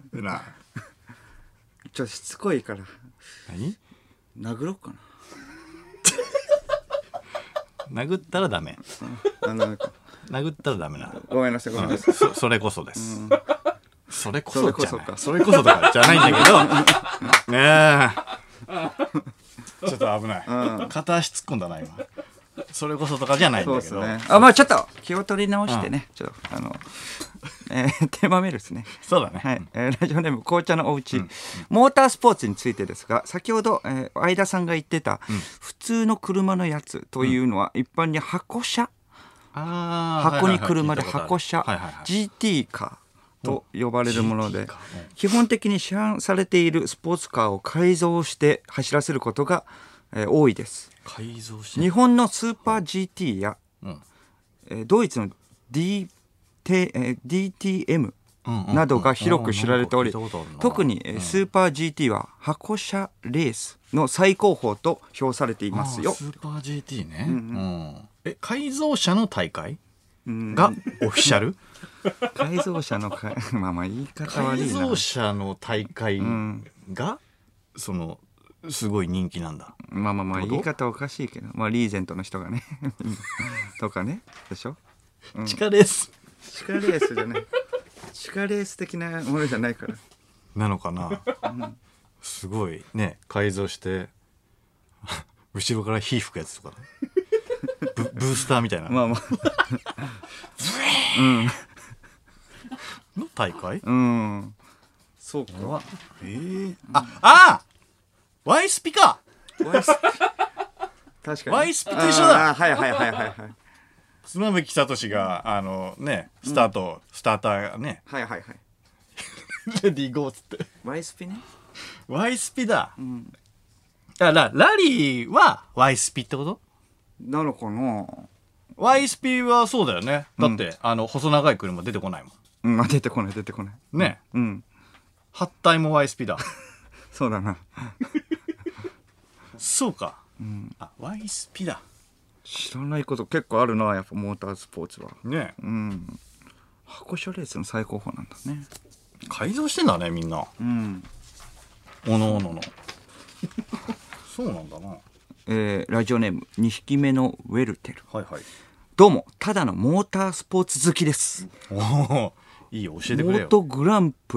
ちょっとしつこいから。 何？ 殴ろうかな。殴ったらダメ。殴ったらダメな。 ごめんなさい。 それこそです。それこそとかじゃないんだけど。ねえ。ちょっと危ない。片足突っ込んだな今。それこそとかじゃないんだけど。 まあちょっと気を取り直してね。ちょっとテーマメールですね。 そうだね。 はい。ラジオネーム紅茶のおうち。モータースポーツについてですが、先ほど相田さんが言ってた普通の車のやつというのは一般に箱車、箱に車で箱車、GT カーと呼ばれるもので、基本的に市販されているスポーツカーを改造して走らせることが多いです。 改造して日本のスーパー GT やドイツの DTM などが広く知られており、特にスーパー GT は箱車レースの最高峰と評されていますよ。 スーパー GT ね。改造車の大会がオフィシャル？ 改造車のまあ言い方悪いな。 改造車の大会がすごい人気なんだ。 まあ言い方おかしいけど、リーゼントの人がねとかねでしょ。 地下レースじゃない。地下レース的なものじゃないからなのかな。すごいね、改造して後ろから火吹くやつとかブースターみたいなの大会。 そうか。 ワイスピか。 確かにワイスピと一緒だ。 はい妻夫木聡がスターターがね、レディーゴーっつってワイスピね。 ワイスピだ。ラリーはワイスピってことなのかな。 ワイスピはそうだよね。だって細長い車出てこないもん。 出てこないね。8体もワイスピだ。 そうだな。 そうか。ワイスピだ。 知らないこと結構あるな、やっぱモータースポーツはね。 箱車レースの最高峰なんだね。 改造してんだねみんな。おのおのの。そうなんだな。 ラジオネーム2匹目のウェルテル。 どうもただのモータースポーツ好きです。 いいよ教えてくれよ。 モートグランプリ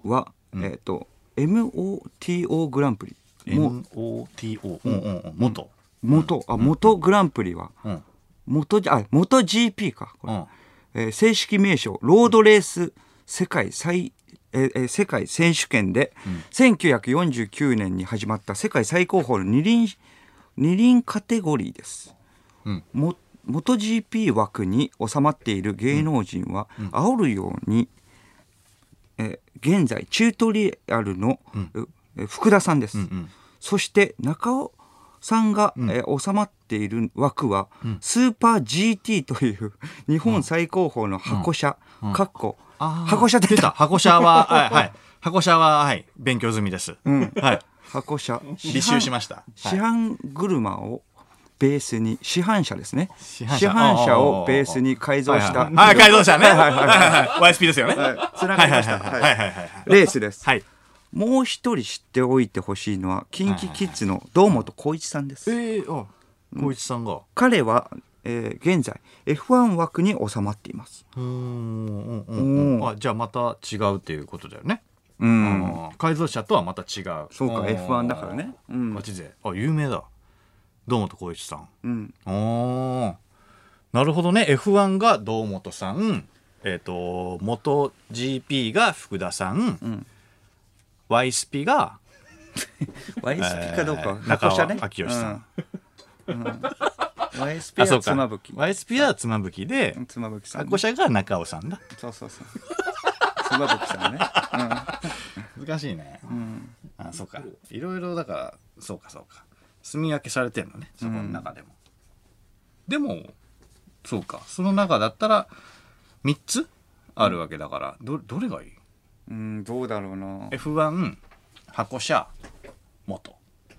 は、MOTO グランプリ。 MOTO、 元グランプリは、元 GP か。これ正式名称、ロードレース世界選手権で、1949年に始まった世界最高峰の二輪カテゴリーです。元 GP 枠に収まっている芸能人は、煽るように、現在チュートリアルの、福田さんです。そして中尾さんが、収まっている枠は、スーパー GT という日本最高峰の箱車、箱車出た。 箱車は箱車は勉強済みです。 箱車履修しました。 市販車をベースに市販車ですね。市販車をベースに改造した改造車ね。YSP ですよね。 つながりました。レースです。もう一人知っておいてほしいのは KinKiKids の堂本光一さんです。 光一さんが。 彼は、現在 F1 枠に収まっています。 じゃあまた違うっていうことだよね。改造車とはまた違う。 そうか、F1 だからね。 ガチ勢。有名だ。堂本光一さん。なるほどね。F1 が堂本さん、元 GP が福田さん、YSP が YSP かどうか、 中尾明義さん。 YSP は妻夫木。 YSP は妻夫木で、箱車が中尾さんだ。 そう。妻夫木さんね。 難しいね。そうか。いろいろだから、そうか。住み分けされてんのね、そこの中でも。でも、そうか。その中だったら、3つあるわけだから、どれがいい？ どうだろうな。 F1、箱車、元。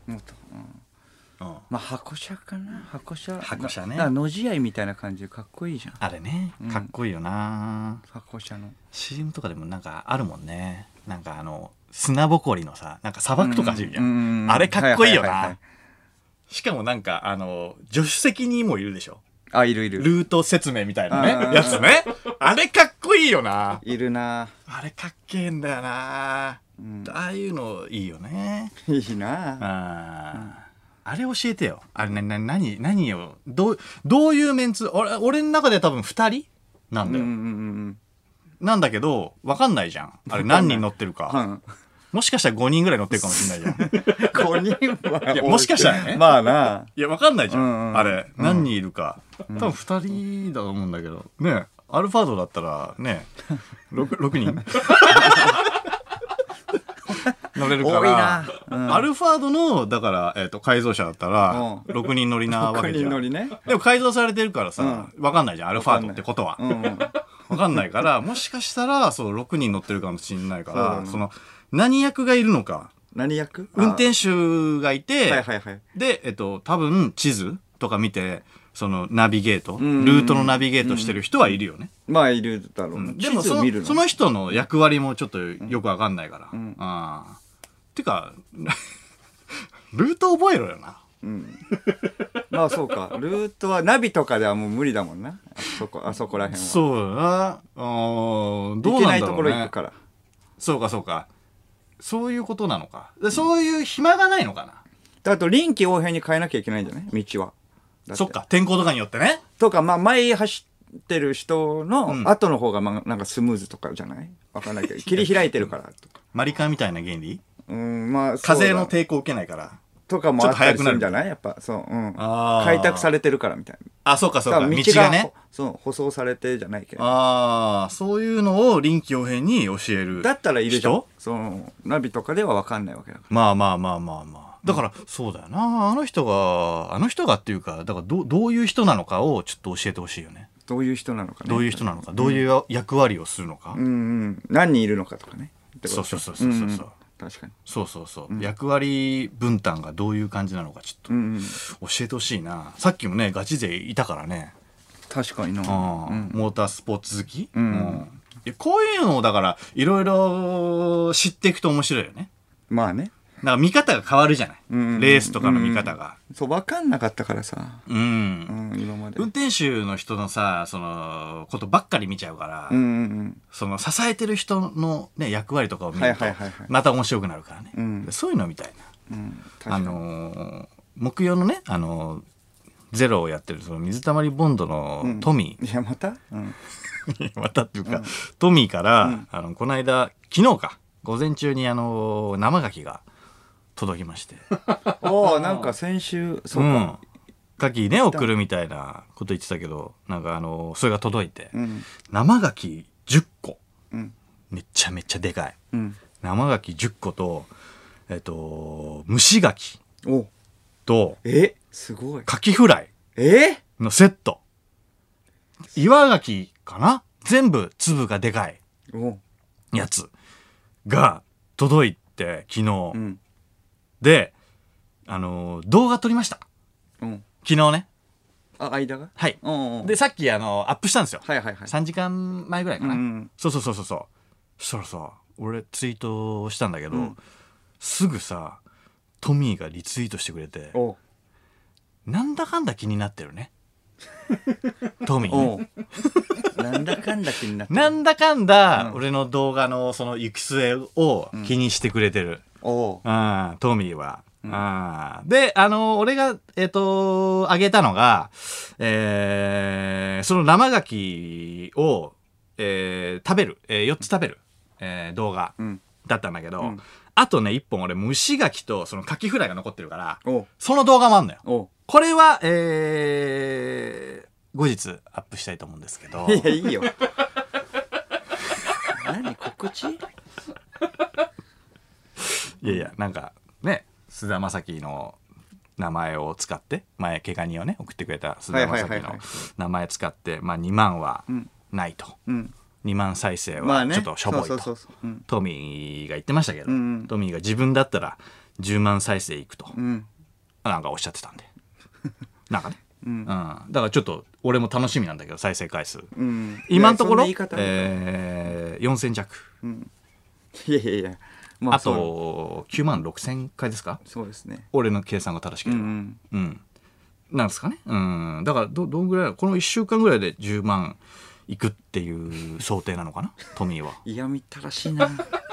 まあ箱車かな。箱車ね。野試合みたいな感じでかっこいいじゃん。 あれね、かっこいいよな。 箱車の CM とかでもなんかあるもんね。なんか砂ぼこりのさ、なんか砂漠とか走るじゃん。あれかっこいいよな。しかもなんか助手席にもいるでしょ。 いるルート説明みたいなねやつね。あれかっこいいよな。 いるな。 あれかっけえんだよな。ああいうのいいよね。 いいな。 あれ教えてよ。あれ何をどういうメンツ。俺の中では多分2人なんだよ。なんだけど分かんないじゃん。あれ何人乗ってるか。もしかしたら5人ぐらい乗ってるかもしれないじゃん。 5人は。 いやもしかしたらね。 まあな。 いや分かんないじゃん。あれ何人いるか。多分2人だと思うんだけどね。アルファードだったらね6人乗れるから、アルファードのだから、改造車だったら6人乗りなわけじゃん。6人乗りね。でも改造されてるからさ、分かんないじゃん、アルファードってことは。分かんないから、もしかしたらそう6人乗ってるかもしれないから、その何役がいるのか。 何役？ 運転手がいて、で、多分地図とか見て、そのナビゲート、ルートのナビゲートしてる人はいるよね。 まあいるだろうね。 でもその人の役割もちょっとよくわかんないから。てかルート覚えろよな。 まあそうか。ルートはナビとかではもう無理だもんな。あそこら辺は。 そうだな。どうなんだろうね。行けないところ行くから。 そうか。そういうことなのか。そういう暇がないのかな。 あと臨機応変に変えなきゃいけないんじゃない道は。 そっか、天候とかによってね。 とか、まあ前走ってる人の後の方がなんかスムーズとかじゃない？わかんないけど、切り開いてるからとか。 マリカーみたいな原理？ まあ風の抵抗を受けないから。 とかもあったりするんじゃない？やっぱそう、開拓されてるからみたいな。 そうか。道がね。 そう舗装されてじゃないけど。 そういうのを臨機応変に教える。 だったらいるじゃん。ナビとかでは分かんないわけだから。 まあ。だからそうだよな。あの人がっていうか、だからどういう人なのかをちょっと教えてほしいよね。 どういう人なのかね。 どういう人なのか、どういう役割をするのか。 何人いるのかとかね。 そう。 確かに。 そう。役割分担がどういう感じなのかちょっと教えてほしいな。さっきもねガチ勢いたからね。 確かにな。 モータースポーツ好き。こういうのをだからいろいろ知っていくと面白いよね。 まあね。 なんか見方が変わるじゃない、 うんレースとかの見方が。 そう分かんなかったからさ、今まで運転手の人のさそのことばっかり見ちゃうから、その支えてる人の、ね、役割とかを見るとまた面白くなるからね、そういうのみたいな、木曜のねゼロをやってるその水溜りボンドのトミー、 いやまた、 またっていうか、トミーから、この間昨日か午前中に生牡蠣が届きましておおなんか先週そうか、 牡蠣ね送るみたいなこと言ってたけど、なんかそれが届いて、生牡蠣10個、めちゃめちゃでかい、生牡蠣10個と蒸し牡蠣とすごいカキフライのセット、岩牡蠣かな、全部粒がでかいやつが届いて昨日、で動画撮りました、昨日ね。 間がはい、でさっきアップしたんですよ、3時間前ぐらいかな、そうそしたらさ俺ツイートしたんだけど、すぐさトミーがリツイートしてくれて、なんだかんだ気になってるねトミーねなんだかんだ気になってる、 なんだかんだ俺の動画のその行く末を気にしてくれてる、トミーは。で俺があげたのが、その生牡蠣を、食べる、4つ食べる、動画だったんだけど、あとね1本俺蒸し牡蠣とそのカキフライが残ってるからその動画もあんのよ。これは、後日アップしたいと思うんですけど。 いやいいよ何告知いやなんかね菅田将暉の名前を使って前毛ガニをね送ってくれた菅田将暉の名前使って2万はないと、2万再生はちょっとしょぼいとトミーが言ってましたけど、トミーが自分だったら10万再生いくと、なんかおっしゃってたんでなんかね、だからちょっと俺も楽しみなんだけど再生回数、今のところ、4000弱、 いやあと9万6000回ですか。 そうですね、 俺の計算が正しければ、なんですかね、だからどんぐらいこの1週間ぐらいで10万いくっていう想定なのかなトミーは。 嫌みったらしいな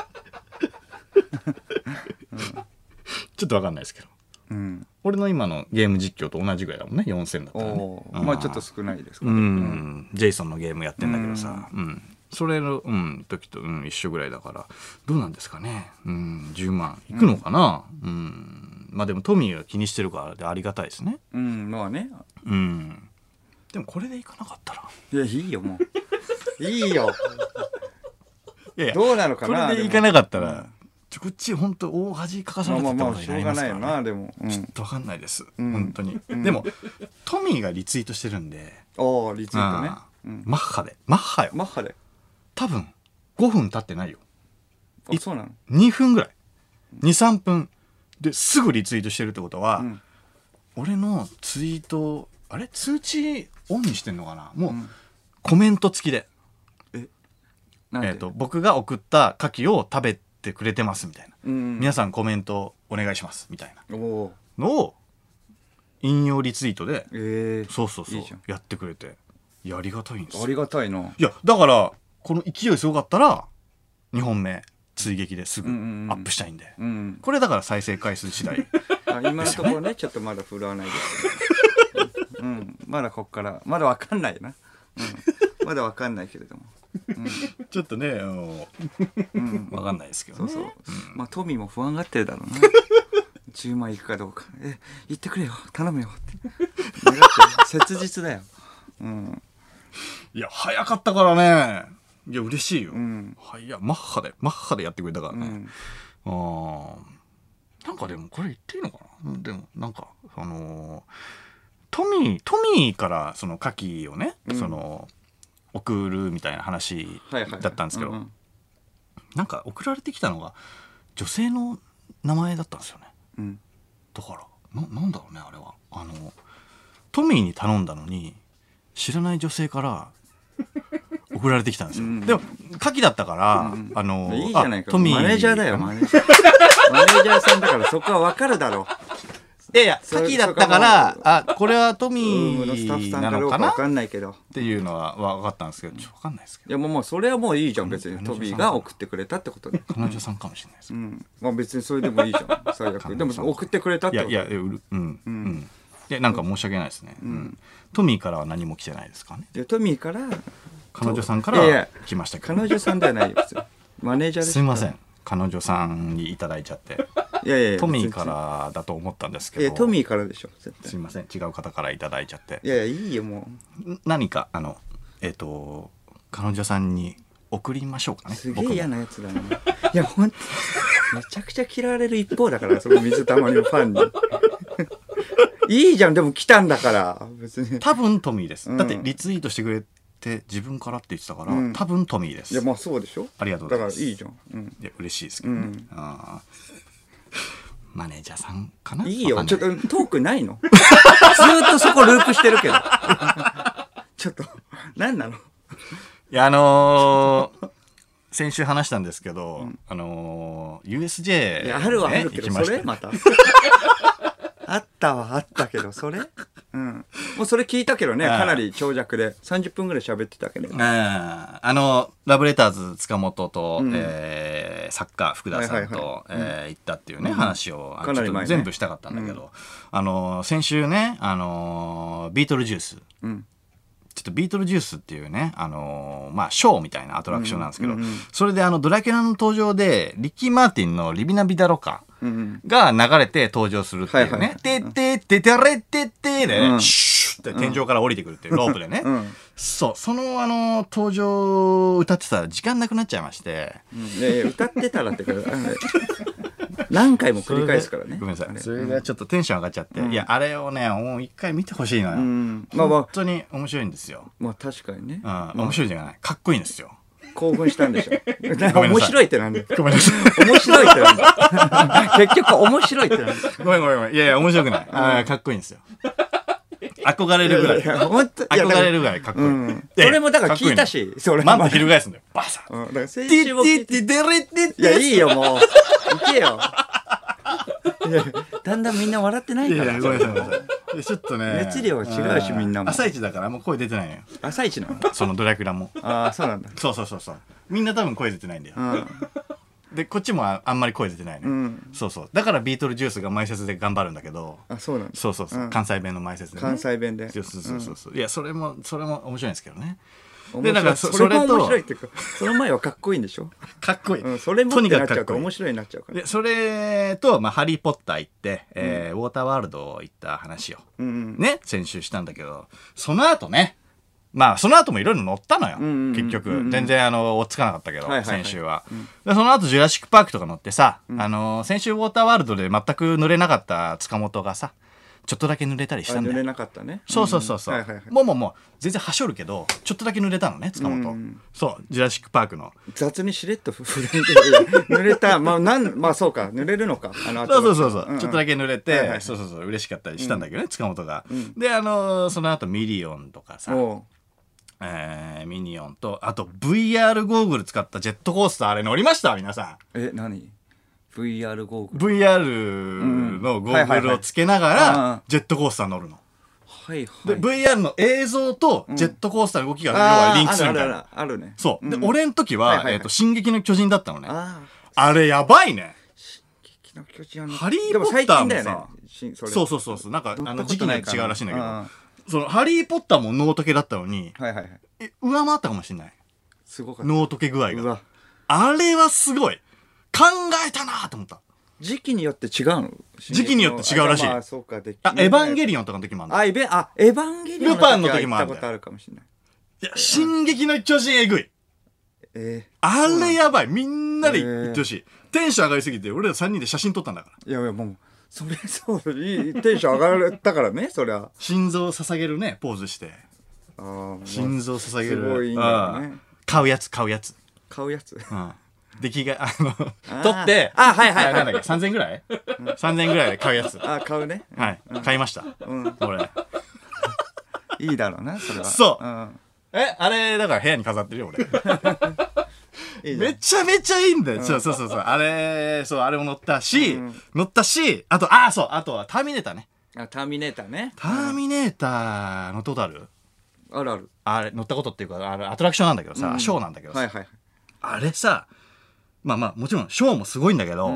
ちょっと分かんないですけど、俺の今のゲーム実況と同じぐらいだもんね、4000だったらね。 まあちょっと少ないですかね。 ジェイソンのゲームやってんだけどさ、それの、時と、一緒ぐらいだからどうなんですかね、10万いくのかな、まあでもトミーが気にしてるからでありがたいですね。 まあね、 でもこれでいかなかったら、 いやいいよもういいよいやどうなのかな、 これでいかなかったらこっち本当大恥かかされてたことになりますからね。 しょうがないよな、でも、 ちょっと分かんないです、本当に、でもトミーがリツイートしてるんで、 リツイートね、 マッハよ、マッハで多分5分経ってないよ。 そうなの、 2分ぐらい、23分ですぐリツイートしてるってことは、俺のツイートあれ通知オンにしてんのかな、もう、コメント付きで、僕が送った牡蠣を食べてくれてますみたいな、皆さんコメントお願いしますみたいなのを引用リツイートで、そうやってくれて、いやありがたいんですよ。 ありがたいな。 いやだからこの勢いすごかったら2本目追撃ですぐアップしたいんで、これだから再生回数次第今のところねちょっとまだ振るわないですけど、まだこっからまだわかんないな、まだわかんないけれども、 ちょっとねわかんないですけどね。 まあトミーも不安がってるだろうな10万いくかどうか、言ってくれよ頼むよって願って切実だよ。 いや早かったからね、いや嬉しいよ、早マッハでやってくれたからね、なんかでもこれ言っていいのかな、でもなんかトミーからその牡蠣をね、その送るみたいな話だったんですけど、なんか送られてきたのが女性の名前だったんですよね、だからなんだろうねあれは、トミーに頼んだのに知らない女性から送られてきたんですよ、でも牡蠣だったから、 いいじゃないか、 トミーマネージャーだよマネージャーマネージャーさんだからそこは分かるだろいやいや滝だったからあこれはトう。 ミのスタッフさんーなかどうか分かのかなっんないけど。 ていうのは分かったんですけど分かんないですけどいやもうそれはもういいじゃん別にトビーが送ってくれたってことで。 彼女さんかもしれないです、 まあ別にそれでもいいじゃん最悪。でも送ってくれたってこといやでなんか申し訳ないですね、トミーからは何も来てないですかね。 でトミーから彼女さんからは来ましたけど、 彼女さんではないよ普通マネージャーです。 すいません彼女さんにいただいちゃっていやいやいやトミーからだと思ったんですけどトミーからでしょ絶対。 すいません違う方からいただいちゃっていやいやいいよも何か彼女さんに送りましょうかね。 うすげえ嫌なやつだな。いやほんとめちゃくちゃ嫌われる一方だからその水たまりのファンにいいじゃんでも来たんだから別に。 多分トミーです、だってリツイートしてくれて自分からって言ってたから、多分トミーです。 いやまあそうでしょ。 ありがとうございます。 だからいいじゃん、 いや嬉しいですけどね、マネージャーさんかな。 いいよわかんないちょっとトークないのずーっとそこループしてるけどちょっと何なの。 いや先週話したんですけど、USJ いやあるはあるけど行きましたそれまたあったはあったけどそれもうそれ聞いたけどねかなり長尺で30分ぐらい喋ってたけどラブレターズ塚本と、作家福田さんと行ったっていうね、話をちょっと全部したかったんだけど、先週ね、ビートルジュース、ちょっとビートルジュースっていうね、ショーみたいなアトラクションなんですけど、それでドラキュラの登場でリッキー・マーティンのリビナ・ビダ・ロカが流れて登場するっていうね、てってっててれってってでね、シュッって天井から降りてくるっていうロープでね、そうその登場を歌ってたら時間なくなっちゃいまして、 歌ってたらってか何回も繰り返すからね。 ごめんなさいそれがちょっとテンション上がっちゃって、いやあれをねもう一回見てほしいのよ、本当に面白いんですよ。 まあ確かにね面白いじゃないかっこいいんですよ。 興奮したんでしょ面白いってなんでごめんなさい面白いってなんで結局面白いってなんでごめんいや面白くないかっこいいんですよ。憧れるぐらい憧れるぐらいかっこいい。 それもだから聞いたしそれマント翻すんだよバサッ。 だから先週も聞いていやいいよもう行けよ。だんだんみんな笑ってないから。 ごめんなさいちょっとね熱量が違うしみんなも。 朝一だからもう声出てないのよ。 朝一なのそのドラキュラも。 ああそうなんだ。 そうみんな多分声出てないんだよ。でこっちもあんまり声出てないね、そうだからビートルジュースが前説で頑張るんだけど。 あそうなんだ。 そう、関西弁の前説で、ね、 関西弁でそういやそれも面白いんですけどね。 でなんかそれも面白いっていうかその前はかっこいいんでしょ。 かっこいい、 それもってなっちゃうと面白いになっちゃうから。 でそれと、ハリー・ポッター行って、ウォーターワールド行った話を、ね先週したんだけど、その後ねその後もいろいろ乗ったのよ、結局、全然追っつかなかったけど、先週は、でその後ジュラシック・パークとか乗ってさ、先週ウォーターワールドで全く乗れなかった塚本がさちょっとだけ濡れたりしたんだよ。 濡れなかったね。 そうもう全然はしょるけどちょっとだけ濡れたのね塚本、そうジュラシック・パークの雑にしれっと濡れたそうか濡れるのかそうちょっとだけ濡れてそう嬉しかったりしたんだけどね、塚本が、でその後ミリオンとかさミニオンとあと VR ゴーグル使ったジェットコースターあれ乗りました皆さん。 何VR ゴーグル VR のゴーグルをつけながらジェットコースター乗るの。で VR の映像とジェットコースターの動きが要はリンクするみたいな。 あるね。 そうで俺の時は進撃の巨人だったのね。あれやばいね。 進撃の巨人ハリー・ポッターもさそうなんか時期によって違うらしいんだけど、そのハリー・ポッターも脳溶けだったのに上回ったかもしれない。 すごかった脳溶け具合が。あれはすごい考えたなと思った。 時期によって違うの。 時期によって違うらしい。エヴァンゲリオンとかの時もある。 エヴァンゲリオンルパンの時もある。 行ったことあるかもしれない。 いや進撃の巨人えぐい。あれやばい。みんなで言ってほしい。テンション上がりすぎて俺ら3人で写真撮ったんだから。 いやもうそれそういいテンション上がったからねそりゃ。 心臓を捧げるねポーズして。心臓を捧げる。 すごいね。 買うやつ。出来が取ってなんだっけ3000円ぐらい3000円ぐらいで買うやつ。 買うね。 はい買いました俺。 いいだろうなそれは。 そうあれだから部屋に飾ってるよ俺。 いいじゃんめちゃめちゃいいんだよ。そうそうそうそう。あれも乗ったし、あとはターミネーターね。 あ、ターミネーターね。 ターミネーター乗ったことある？ あるある。 あれ乗ったことっていうか、アトラクションなんだけどさ、ショーなんだけどさ、 はいはいはい。 あれさ、まあもちろんショーもすごいんだけど、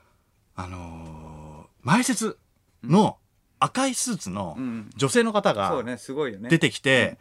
前説の赤いスーツの女性の方がそうね、すごいよね。 出てきて、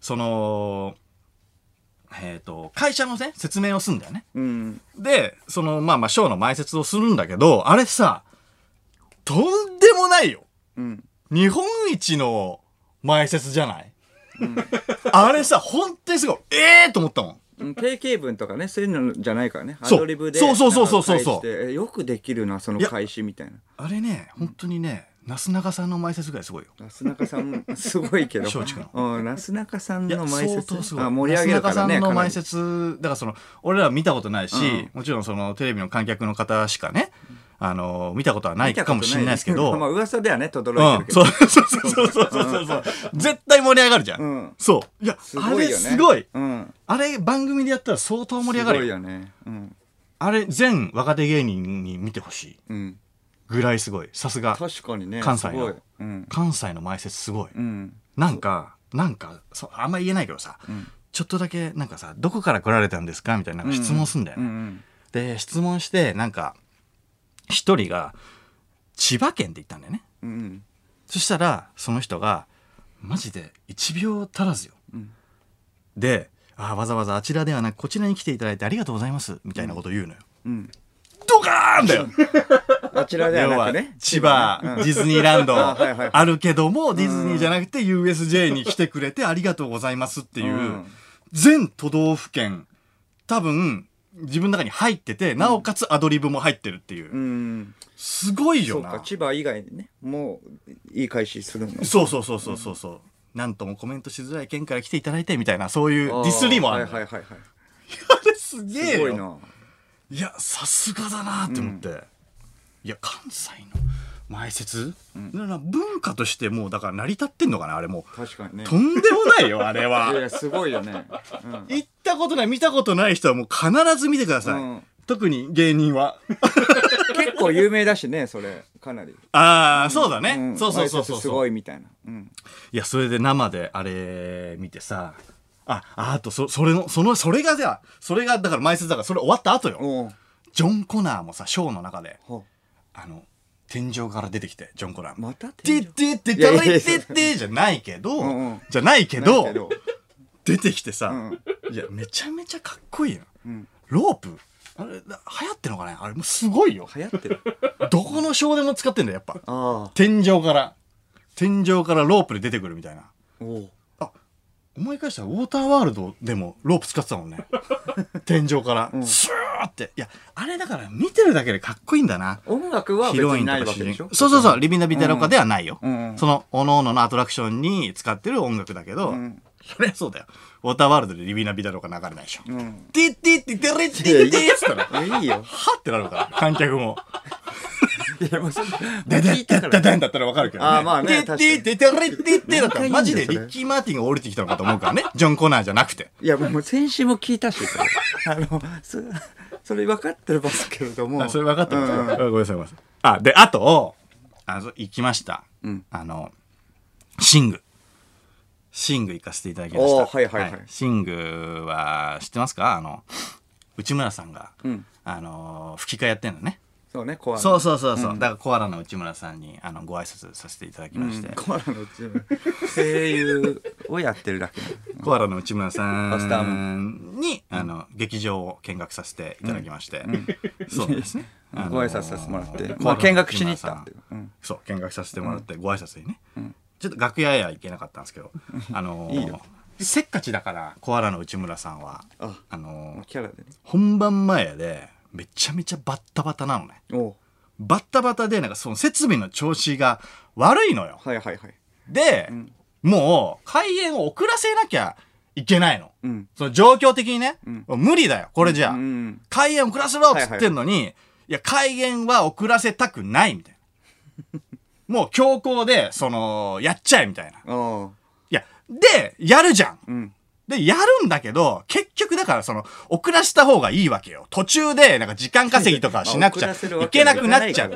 会社のね、説明をするんだよね。で、ショーの前説をするんだけど、あれさ、とんでもないよ。日本一の前説じゃない？あれさ、本当にすごい。と思ったもん。 定型文とかね、そういうのじゃないからね。アそうドリブで。 そうよくできるな、その開始みたいな。 あれね、本当にね、なすなかさんの前説ぐらいすごいよ。 なすなかさんすごいけど。 松竹の。 なすなかさんの前説。 すごい。 盛り上げるからね。 なすなかさんの前説、だから俺らは見たことないし、もちろんテレビの観客の方しかね、見たことはないかもしれないですけど。 まあ噂ではね、轟いてるけど。 そう。絶対盛り上がるじゃん。そう。いや、あれすごい。あれ番組でやったら相当盛り上がるよ。 すごいよね。 あれ全若手芸人に見てほしい。ぐらいすごい。さすが。 確かにね。 関西の前説すごい。なんか、あんま言えないけどさ、ちょっとだけなんかさ、どこから来られたんですかみたいな質問すんだよね。で、質問して、なんか、一人が千葉県って言ったんだよね。そしたらその人がマジで1秒足らずよ。で、わざわざあちらではなくこちらに来ていただいてありがとうございますみたいなことを言うのよ。ドカーンだよ。 あちらではなくね。 千葉、ディズニーランドあるけども、ディズニーじゃなくて USJ に来てくれてありがとうございますっていう、全都道府県多分自分の中に入ってて、なおかつアドリブも入ってるっていう。すごいよな。 そうか、千葉以外にね、もういい開始するの。 そう。なんともコメントしづらい県から来ていただいてみたいな、そういうディスりもある。 はい。 あれすげえよ。 すごいな。 いや、さすがだなって思って。いや、関西の前説、文化としてもうだから成り立ってんのかな、あれも。 確かにね。 とんでもないよ、あれは。 いや、すごいよね。 行ったことない、見たことない人はもう必ず見てください。特に芸人は。 結構有名だしね、それ、かなり。 そうだね。そう。 すごいみたいな。 いや、それで生であれ見てさ、あと、それがだから前説だから、それ終わった後よ。ジョン・コナーもさ、ショーの中で、天井から出てきて、ジョン・コナー。 また天井じゃないけど、出てきてさ、いや、めちゃめちゃかっこいいな。ロープあれ、流行ってんのかねあれ、もうすごいよ。 流行ってる。 どこのショーでも使ってんだよ、やっぱ。天井からロープで出てくるみたいな。思い返したらウォーターワールドでもロープ使ってたもんね。天井からスーって。いや、あれだから見てるだけでかっこいいんだな。 音楽は別にないわけでしょ。 そうリビナビタロカではないよ。その各々のアトラクションに使ってる音楽だけど、そりゃそうだよ。ウォーターワールドでリビナビタロカ流れないでしょ。ティッティッティティレッティッティッつったら、 いいよ。 はってなるから観客も。 いやもうそれデデッデッデデンだったらわかるけどね。 まあね。 ティッティッティティレッティッティだったらマジでリッキー・マーティンが降りてきたのかと思うからね。ジョン・コナーじゃなくて。 いやもう先週も聞いたし、それ分かってるますけれども。 それ分かってます。ごめんなさい。あと、行きました。シング行かせていただきました。シングは知ってますか？内村さんが、吹き替えやってんのね。 そうね、コアラ。 そう。だからコアラの内村さんにご挨拶させていただきまして。 コアラの内村声優をやってるだけ。 コアラの内村さんに劇場を見学させていただきまして、そうですね。 ご挨拶させてもらって、見学しに行ったっていう。 そう見学させてもらってご挨拶にね。ちょっと楽屋へは行けなかったんですけど、せっかちだからコアラの内村さんはキャラでね。 本番前でめちゃめちゃバッタバタなのね。バッタバタでなんかその設備の調子が悪いのよ。で、もう開演を遅らせなきゃいけないの。その状況的にね、無理だよこれじゃ。開演遅らせろっつってんのに、いや開演は遅らせたくないみたいな。もう強行でやっちゃえみたいな。いやでやるじゃん。 で、やるんだけど、結局だから遅らせた方がいいわけよ。途中で、なんか時間稼ぎとかしなくちゃいけなくなっちゃって、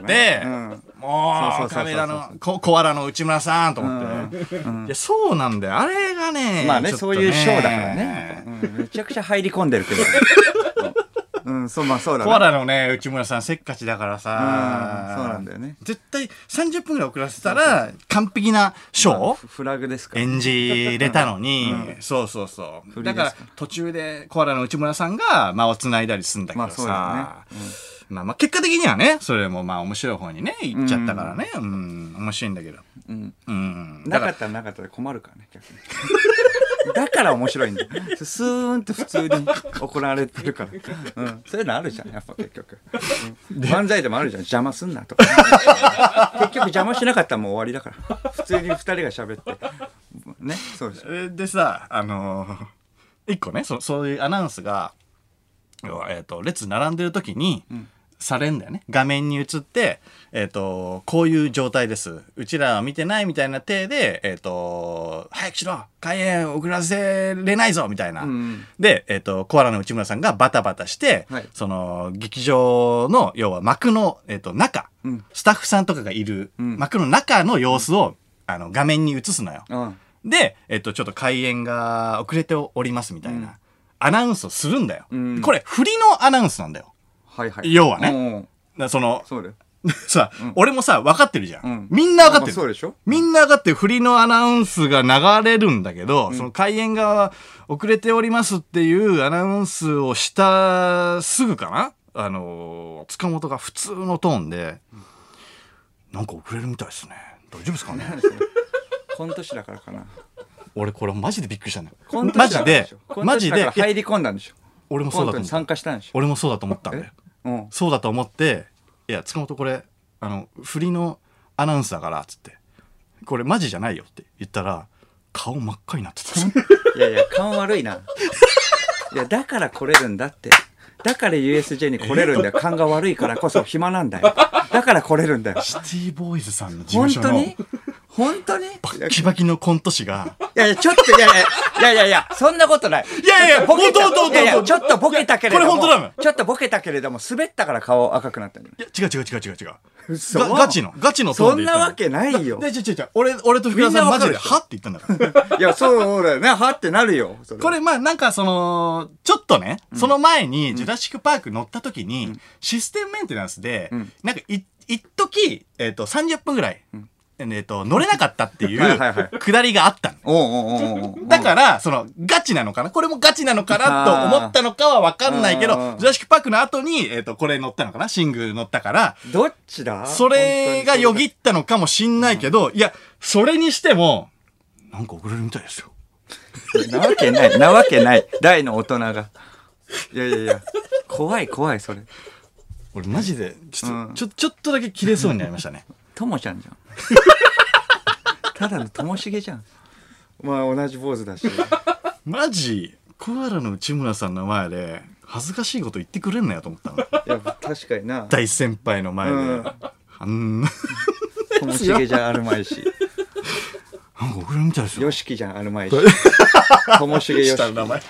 もう、カメラの、コアラの内村さんと思って。いや、そうなんだよ。あれがね、 まあね、そういうショーだからね。めちゃくちゃ入り込んでるけど。そう、まあそうだね。 コアラのね、内村さんせっかちだからさ、 そうなんだよね。 絶対30分ぐらい遅らせたら、完璧なショーフラグですか演じれたのに、そうそうそう。だから途中でコアラの内村さんが間を繋いだりするんだけどさ、まあ結果的にはね、それもまあ面白い方にね、行っちゃったからね、面白いんだけど。 なかったらなかったで困るからね、逆に。だから面白いんだよ。スーンと普通に行われてるから。そういうのあるじゃん、やっぱ結局。漫才でもあるじゃん、邪魔すんなとか。結局邪魔しなかったらもう終わりだから。普通に2人が喋って。ね、そうです。 でさ、一個ね、そういうアナウンスが、列並んでる時に、されんだよね。画面に映って、こういう状態です。うちらは見てないみたいな体で、早くしろ開演遅らせれないぞみたいな。で、コアラの内村さんがバタバタして、劇場の、要は幕の、中、スタッフさんとかがいる、幕の中の様子を、画面に映すのよ。で、ちょっと開演が遅れておりますみたいな、アナウンスをするんだよ。これ、振りのアナウンスなんだよ。要はね。 そうだよ。 さ、俺もさ、分かってるじゃん。みんな分かってる。 そうでしょ？ みんな分かってる振りのアナウンスが流れるんだけど、その開演が遅れておりますっていうアナウンスをしたすぐかな、塚本が普通のトーンで、なんか遅れるみたいですね。大丈夫ですかね？ コント師だからかな。 俺これマジでびっくりしたね。 マジで入り込んだんでしょ。 俺もそうだと思った。 参加したんでしょ。 俺もそうだと思ったんだよ。そうだと思って、いや、塚本これ、振りのアナウンスだから、つって、これマジじゃないよって言ったら、顔真っ赤になってた。 いやいや、勘悪いな。いや、だから来れるんだって。だから USJ に来れるんだよ。勘が悪いからこそ暇なんだよ。だから来れるんだよ。 シティボーイズさんの事務所の。 本当にバッキバキのコント師が。 いやいや、ちょっと、いや、そんなことない。 いやいや、 ボケた。いやいや、ちょっとボケたけれども。 これ本当なの？ ちょっとボケたけれども、滑ったから顔赤くなったんじゃない？ いや、違う。ガチのトーンで言った。 そんなわけないよ。 違う。俺と福田さんマジで、はって言ったんだから。 いや、そうだよね。はってなるよ。 これ、まあ、なんかちょっとね、その前に、ジュラシックパーク乗った時に、システムメンテナンスで、なんか、一時、30分ぐらい、乗れなかったっていうくだりがあったの。だから、ガチなのかな、これもガチなのかなと思ったのかはわかんないけど、ジュラシックパークの後に、これ乗ったのかな、シング乗ったから、 どっちだ？ それがよぎったのかもしんないけど、いや、それにしても、なんか遅れるみたいですよ。 なわけない。大の大人が。いや、怖い、それ。 俺マジで、ちょっとだけ切れそうになりましたね。 ともちゃんじゃん。ただのともしげじゃん。まあ同じ坊主だし。 マジコアラの内村さんの前で恥ずかしいこと言ってくれんなよと思ったの。いや確かにな。 大先輩の前で、あんなともしげじゃあるまいし。 なんか遅れるみたいですよ。 よしきじゃんあるまいし。ともしげよしき。 下の名前。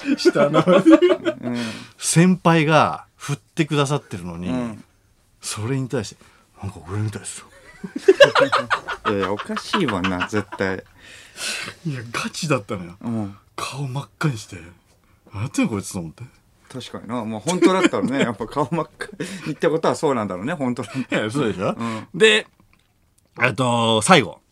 先輩が振ってくださってるのに、それに対してなんか遅れるみたいですよ。 いやおかしいもんな絶対。 いやガチだったのよ。顔真っ赤にして何やってんのこいつと思って。 確かにな。もう本当だったらねやっぱ顔真っ赤にってことはそうなんだろうね本当なんだ。 いやそうでしょ。で最後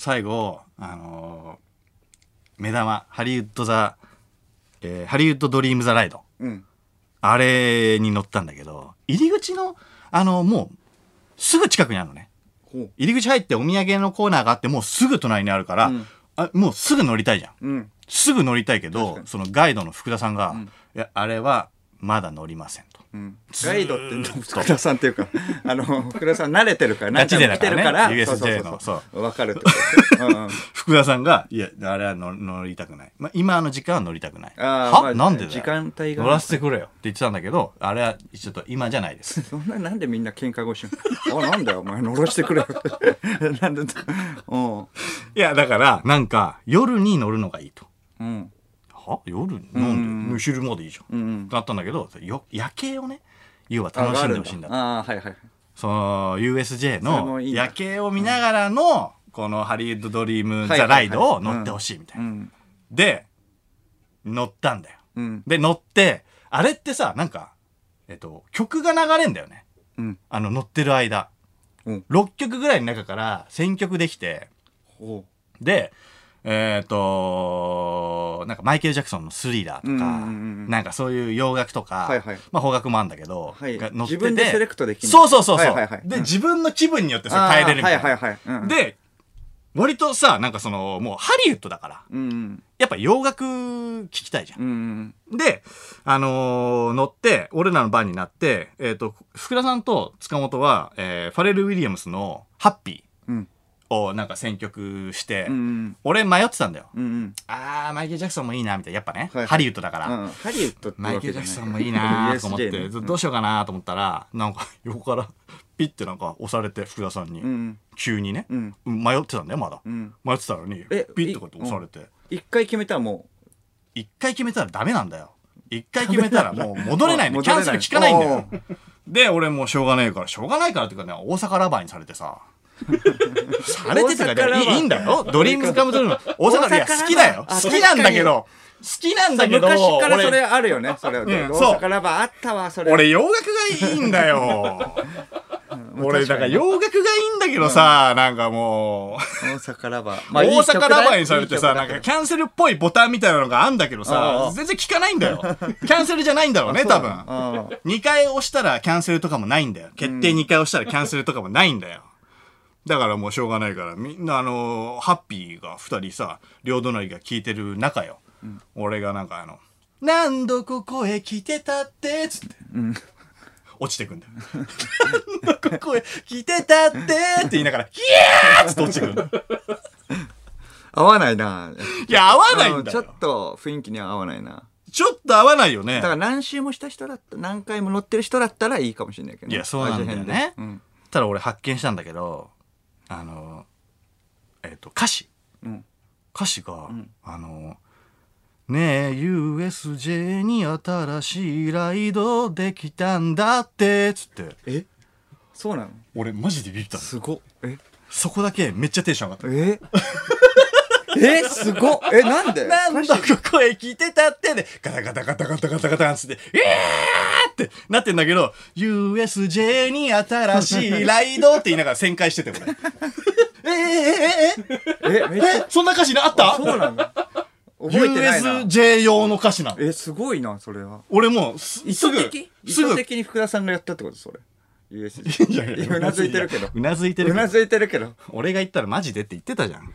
目玉ハリウッドドリームザライド、あれに乗ったんだけど、入り口のもうすぐ近くにあるのね。入り口入ってお土産のコーナーがあってもうすぐ隣にあるから、もうすぐ乗りたいじゃん、すぐ乗りたいけど、そのガイドの福田さんが、いやあれはまだ乗りませんと。 ガイドって福田さんっていうか福田さん慣れてるからガチで来てるから USJ のそう分かるってこと福田さんがいやあれは乗りたくない、今の時間は乗りたくない。なんでだよ、 時間帯が乗らせてくれよって言ってたんだけど、あれはちょっと今じゃないです。 そんなんでみんな喧嘩腰なんだよお前乗らせてくれよなんでいやだからなんか夜に乗るのがいいと。 は夜飲んで昼までいいじゃんってなったんだけど、夜景をね要は楽しんでほしいんだと。 はいはい。 その USJ の夜景を見ながらのこのハリウッドドリームザライドを乗ってほしいみたいな。で乗ったんだよ。で乗ってあれってさなんか曲が流れんだよね。乗ってる間6曲ぐらいの中から選曲できて、でなんかマイケル・ジャクソンのスリラーとか、なんかそういう洋楽とか、まあ邦楽もあるんだけど、が載ってて、 自分でセレクトできる。 そう。で、自分の気分によってそれ変えれるみたいな。で、割とさ、なんかその、もうハリウッドだから、やっぱ洋楽聴きたいじゃん。で、乗って、俺らの番になって、福田さんと塚本は、ファレル・ウィリアムスのハッピー。をなんか選曲して、俺迷ってたんだよ。マイケル・ジャクソンもいいなみたいな、やっぱね、ハリウッドだから、 ハリウッドってマイケル・ジャクソンもいいなと思ってどうしようかなと思ったら、なんか横からピッてなんか押されて、福田さんに急にね、迷ってたんだよまだ、迷ってたのにピッとこうやって押されて、 一回決めたらもう一回決めたらダメなんだよ。一回決めたらもう戻れないね。キャンセル効かないんだよ。で俺もうしょうがないからっていうかね、大阪ラバーにされてさされてたからいいんだよ。ドリームズカムトゥルーの大阪、いや好きだよ。好きなんだけど昔からそれあるよね。それ大阪ラバーあったわ。それ俺洋楽がいいんだよ。俺だから洋楽がいいんだけどさ、なんかもう大阪ラバー、 大阪ラバーにされてさ、なんかキャンセルっぽいボタンみたいなのがあんだけどさ、全然効かないんだよ。キャンセルじゃないんだろうね多分。2回押したらキャンセルとかもないんだよ。決定2回押したらキャンセルとかもないんだよ。だからもうしょうがないから、みんなハッピーが2人さ、両隣が聞いてる中よ、俺がなんか何度ここへ来てたってつって、落ちてくんだよ。何度ここへ来てたってって言いながら、ヒヤーっつって落ちてくるんだよ。 合わないな。 いや合わないんだよ。 ちょっと雰囲気には合わないな。 ちょっと合わないよね。 だから何周もした人だったら、何回も乗ってる人だったらいいかもしれないけどね。 いやそうなんだよね。ただ俺発見したんだけど、歌詞が、ねえ USJ に新しいライドできたんだってつって。 そうなの？ 俺マジでビビったの。 すごっ。 そこだけめっちゃテンション上がった。 すごっ。なんで？ 何度ここへ来てたってでガタガタガタガタガタガタつってってなってんだけど、 USJ に新しいライドって言いながら旋回してて俺そんな歌詞あった？ そうなんだ。覚えてないな。 USJ 用の歌詞なの。 すごいなそれは。 俺もう意図的に福田さんがやったってことそれ。USJ うなずいてるけど。 うなずいてるけど。俺が言ったらマジでって言ってたじゃん。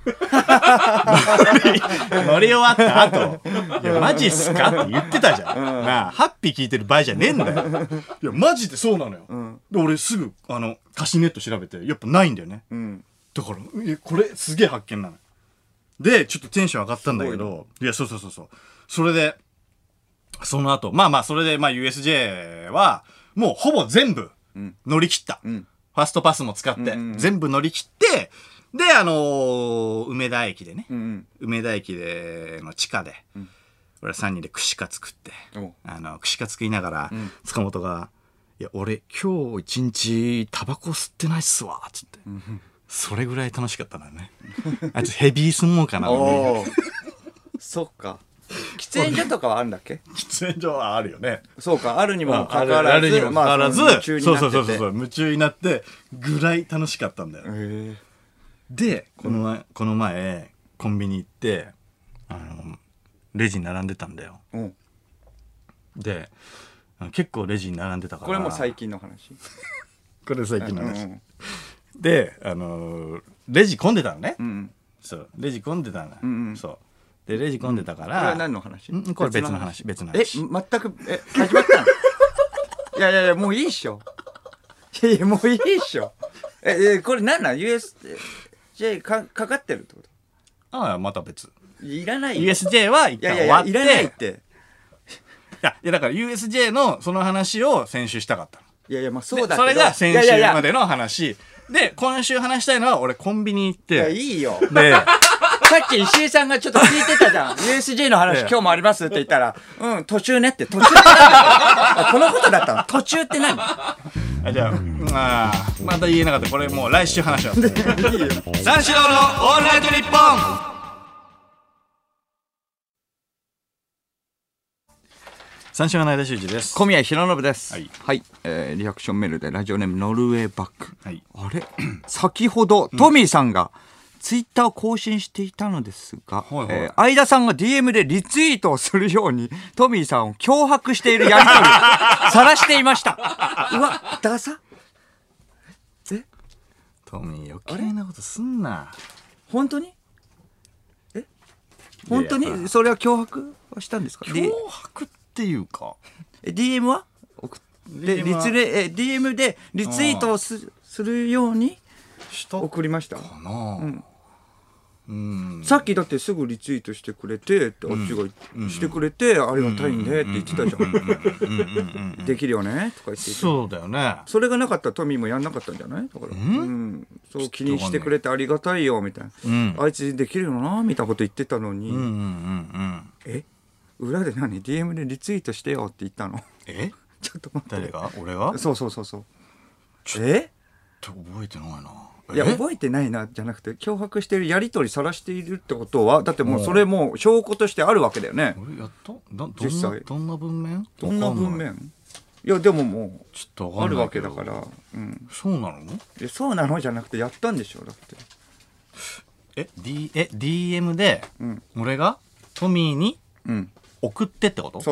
乗り終わった後、いやマジっすかって言ってたじゃん。なあハッピー聞いてる場合じゃねえんだよ。いやマジでそうなのよ。で俺すぐ歌詞ネット調べてやっぱないんだよね。だからこれすげえ発見なの。でちょっとテンション上がったんだけど、いやそうそれでその後それでUSJ はもうほぼ全部乗り切った、ファストパスも使って全部乗り切って、で梅田駅でね、梅田駅での地下で、俺3人で串カツ食って、串カツ食いながら、塚本が「いや俺今日一日タバコ吸ってないっすわ」っつって、それぐらい楽しかったのよね。あいつヘビースモーカーなのに。 そっか。喫煙所とかはあるんだっけ？ 喫煙所はあるよね。 そうか、あるにもかかわらず、 夢中になってぐらい楽しかったんだよ。でこの前コンビニ行ってレジに並んでたんだよ。で結構レジに並んでたから。 これも最近の話。 これ最近の話。でレジ混んでたのね。そうレジ混んでたの。そうでレジ混んでたから。これは何の話？ これ別の話。 全く始まったの？いやもういいっしょ。いやもういいっしょ。これ何なん？ USJ かかってるってこと？ ああまた別。 いらないよ。 USJ は一旦終わって。 いらないって。 いやだから USJ のその話を先週したかったの。 いやそうだけど。 それが先週までの話で、今週話したいのは俺コンビニ行って。 いいよ。 でっき石井さんがちょっと聞いてたじゃん。USJ の話今日もありますって言ったら、途中ねって、途中って何このことだったの途中って何じゃあ、まだ言えなかった。これもう来週話します。三四郎のオールナイトニッポン。三四郎の間修二です。 小宮浩信です。 はい、 リアクションメールでラジオネームノルウェーバック。 はい、 あれ先ほどトミーさんがツイッターを更新していたのですが、相田さんが DM でリツイートをするようにトミーさんを脅迫しているやり取りを晒していました。うわ、ダサ。 トミー余計なことすんな。 本当に本当にそれは脅迫はしたんですか？ 脅迫っていうか DM はDM でリツイートをするように送りましたかな。さっきだってすぐリツイートしてくれてってあっちがしてくれてありがたいねって言ってたじゃん。できるよねとか言ってそうだよね。 それがなかったらトミーもやんなかったんじゃないだから、そう気にしてくれてありがたいよみたいな、あいつできるよなみたいなこと言ってたのに、裏で何 DM でリツイートしてよって言ったの。ちょっと待って。 誰が？俺が？ そう覚えてないな。 いや覚えてないなじゃなくて脅迫してるやり取りさらしているってことはだってもうそれもう証拠としてあるわけだよね。 俺やった実際どんな文面？ どんな文面？いやでももうちょっとあるわけだから、 そうなの？ そうなのじゃなくてやったんでしょだって。 DM で俺がトミーに送ってってこと？ そう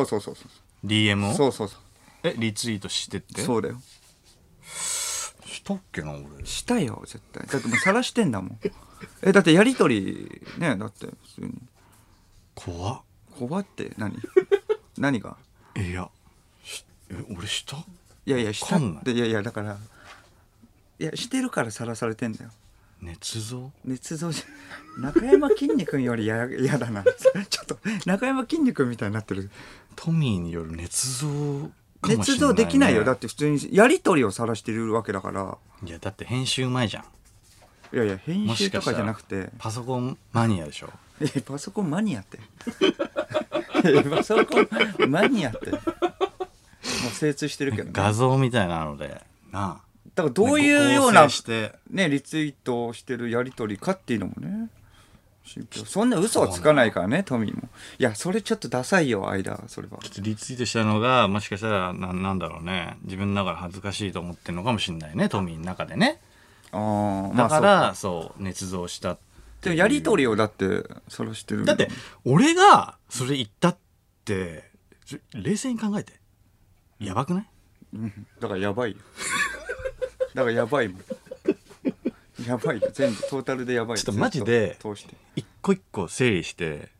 DM を？ そうリツイートしてって？ そうだよ。 したっけな俺。 したよ絶対。だってもう晒してんだもん。だってやりとりねだって普通に。怖って何が？ いや俺した？ いやしたっていやだからしてるから晒されてんだよ。 捏造じゃ中山きんに君より嫌だな。ちょっと中山きんに君みたいになってる。 トミーによる捏造かもしれないね。 捏造できないよ。だって普通にやり取りを晒してるわけだから。 いやだって編集うまいじゃん。 いや編集とかじゃなくてパソコンマニアでしょ。 パソコンマニアってパソコンマニアってもう精通してるけどね。 画像みたいなのでなあ。 だからどういうような、リツイートをしてるやり取りかっていうのもねそんな嘘はつかないからねトミーも。いやそれちょっとダサいよ間それは。 リツイートしたのがもしかしたらなんだろうね自分の中で恥ずかしいと思ってるのかもしれないねトミーの中でね。だからそう捏造したって。 でもやり取りをだってそれしてる。 だって俺がそれ言ったって冷静に考えてやばくない？ だからやばいよ。だからやばいもん。やばいよ全部トータルでやばい。 ちょっとマジで一個一個整理して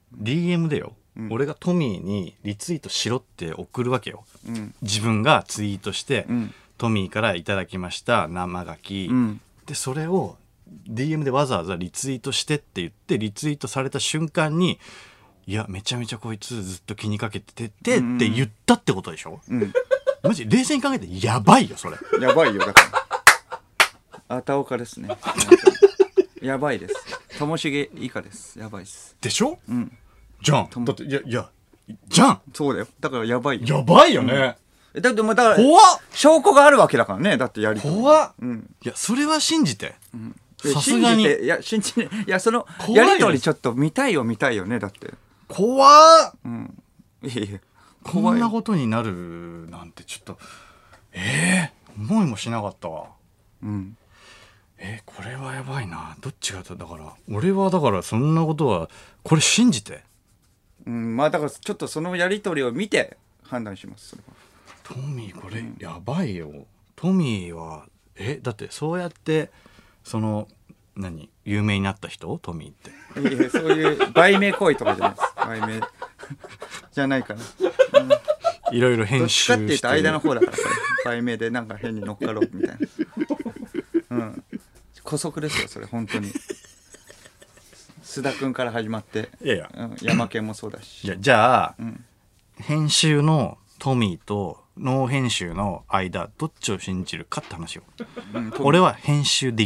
DM でよ、俺がトミーにリツイートしろって送るわけよ、自分がツイートして、トミーからいただきました生ガキ、でそれを DM でわざわざリツイートしてって言ってリツイートされた瞬間にいやめちゃめちゃこいつずっと気にかけててって言ったってことでしょ、マジ冷静に考えてやばいよそれ。 やばいよだからあたおかですね。やばいです。ともしげ以下です。やばいです。 でしょ？じゃん。だっていやじゃん。 そうだよ。だからやばいよ。 やばいよね。 だってもうだから怖っ。 証拠があるわけだからね。だってやりとり。 怖っ。いやそれは信じて。さすがに。 いや信じね。いやそのやりとりちょっと見たいよねだって。 怖っ。 いやこんなことになるなんてちょっと思いもしなかったわ。これはやばいな。どっちがだから俺はだからそんなことはこれ信じて。 まあだからちょっとそのやり取りを見て判断します。それはトミーこれやばいよ。トミーはだってそうやってその有名になった人トミーって。 いやそういう売名行為とかじゃないです。売名じゃないかな。 いろいろ編集して。 どっちかっていうと間の方だから売名でなんか変に乗っかろうみたいな。姑息ですよそれ本当に。須田君から始まって山県もそうだし。 じゃあ、編集のトミーとノー編集の間どっちを信じるかって話を、俺は編集できない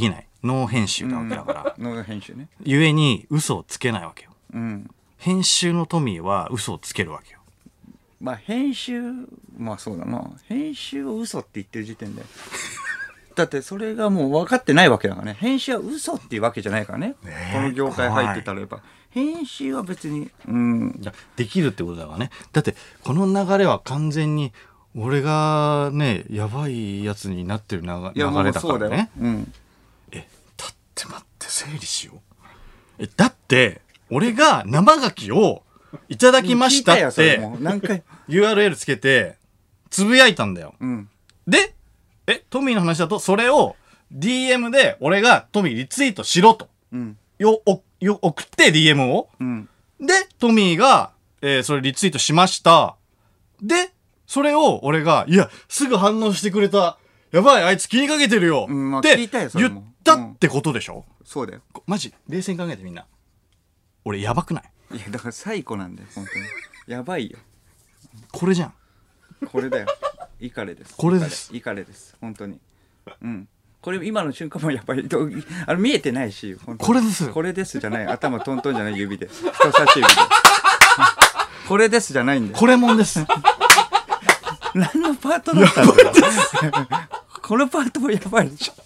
ノー編集なわけだから、 ノー編集ね。 ゆえに嘘をつけないわけよ。 うん。 編集のトミーは嘘をつけるわけよ。 まあ編集、まあそうだな。編集を嘘って言ってる時点で。だってそれがもう分かってないわけだからね。編集は嘘っていうわけじゃないからね。この業界入ってたらやっぱ。編集は別に、 できるってことだからね。だってこの流れは完全に俺がねやばいやつになってる流れだからね。だって待って整理しよう。だって俺が生牡蠣をいただきましたってURL つけてつぶやいたんだよ。でトミーの話だとそれを DM で俺がトミーリツイートしろと、送って DM を、でトミーが、それリツイートしました。でそれを俺がいやすぐ反応してくれた、やばいあいつ気にかけてるよ、って言ったってことでしょ。 そうだよ。 マジ冷静に考えてみんな、俺やばくない？ いやだから最高なんだよ本当に。やばいよ。 これじゃん。 これだよ。イカレです。 これです。 イカレです本当に。これ今の瞬間もやっぱり見えてないし、 これですこれですじゃない、頭トントンじゃない、指で人差し指でこれですじゃないんで、 これもんです。 何のパートだったんだよこのパートもやばいでしょ。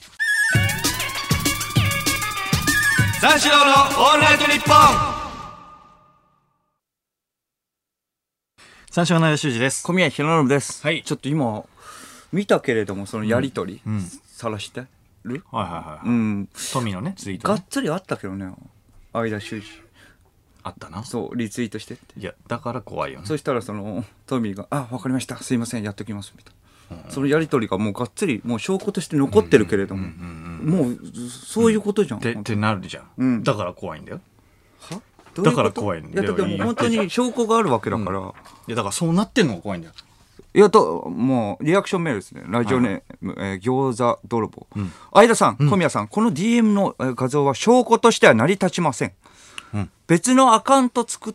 三四郎のオールナイトニッポン。三四郎の吉修です。 小宮浩信です。 はい。 ちょっと今見たけれどもそのやりとりさらしてる。 はい。トミーのねツイート、 がっつりあったけどね。相田修二あったな。 そうリツイートしてって。 いやだから怖いよね。 そしたらそのトミーが分かりましたすいませんやっときますみたいな、そのやり取りがもうがっつりもう証拠として残ってるけれども、もうそういうことじゃん、 ってなるじゃん、だから怖いんだよ。 はだから怖いんだよ。 いやでも本当に証拠があるわけだから、いやだからそうなってんのが怖いんだよ。 いやもうリアクションメールですね。ラジオネーム、餃子泥棒、相田さん、小宮さん、この DM の画像は証拠としては成り立ちません。別のアカウント作って、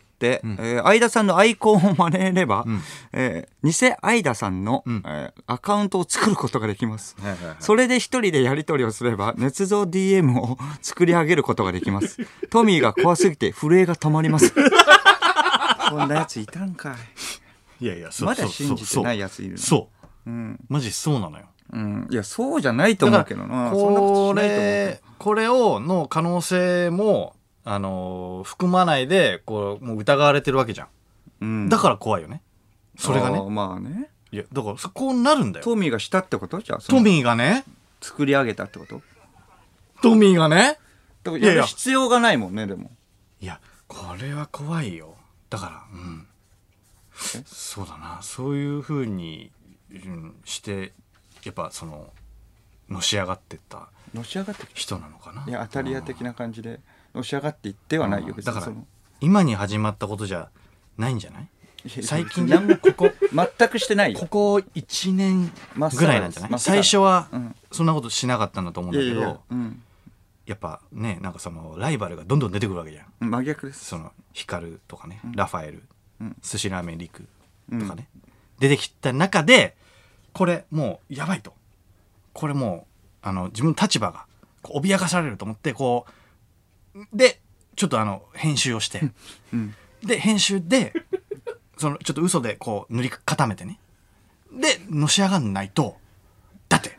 相田さんのアイコンを真似れば、偽相田さんの、アカウントを作ることができます。それで一人でやり取りをすれば捏造 DM を作り上げることができます。トミーが怖すぎて震えが止まります。こんなやついたんかい。 いやまだ信じてないやついるの。 そう、マジそうなのよ。 いやそうじゃないと思うけどな。 これをの可能性も含まないでこうもう疑われてるわけじゃん、だから怖いよねそれがね。 まあね。 いやだからそこになるんだよ。 トミーがしたってこと？じゃあトミーがね作り上げたってこと？ トミーがねだからやる必要がないもんね。でもいやこれは怖いよ。だからそうだな、そういう風に、してやっぱそののし上がってった人なのかな。 いや当たり屋的な感じでのし上がっていってはないよ。 だから今に始まったことじゃないんじゃない？最近じゃここ全くしてないよ。 ここ1年ぐらいなんじゃない？最初はそんなことしなかったんだと思うんだけど、やっぱねなんかそのライバルがどんどん出てくるわけじゃん。 真逆です。 そのヒカルとかね、ラファエル、寿司ラーメンリクとかね、出てきた中でこれもうやばいと、これもう自分の立場がこう脅かされると思ってこうでちょっと編集をして、で編集でそのちょっと嘘でこう塗り固めてね、でのし上がんないと。だって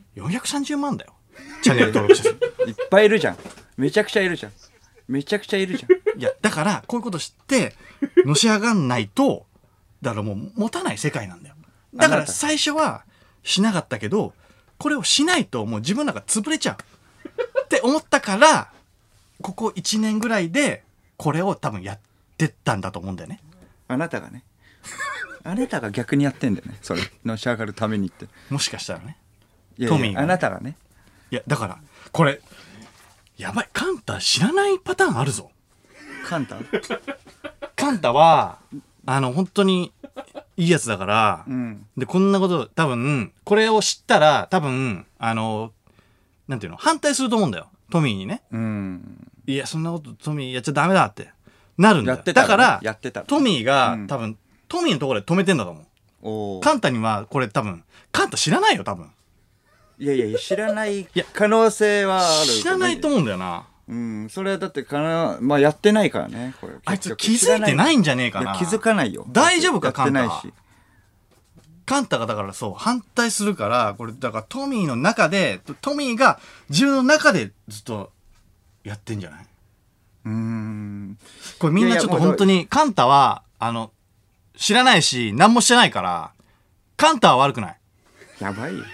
430万だよチャンネル登録者数いっぱいいるじゃん。めちゃくちゃいるじゃん。いやだからこういうこと知ってのし上がんないとだからもう持たない世界なんだよ。だから最初はしなかったけどこれをしないともう自分なんか潰れちゃうって思ったからここ1年ぐらいでこれを多分やってったんだと思うんだよね。 あなたがねあなたが逆にやってんだよねそれのし上がるためにって。 もしかしたらねトミーが、あなたがね。 いやだからこれやばい、カンタ知らないパターンあるぞ。カンタは本当にいいやつだから、でこんなこと多分これを知ったら多分なんていうの反対すると思うんだよトミーにね。いやそんなことトミーやっちゃダメだってなるんだよ。だからトミーが、多分トミーのところで止めてんだと思う。カンタにはこれ多分カンタ知らないよ多分。 いやいや知らない可能性はある。 知らないと思うんだよな。 うん、それはだってまあやってないからねこれ。 あいつ気づいてないんじゃねえかな。 いや気づかないよ。 大丈夫かやってないし。 カンタがだからそう反対するから、これだからトミーの中でトミーが自分の中でずっとやってんじゃない？これみんなちょっと本当にカンタは知らないし何もしてないからカンタは悪くない。 やばいよ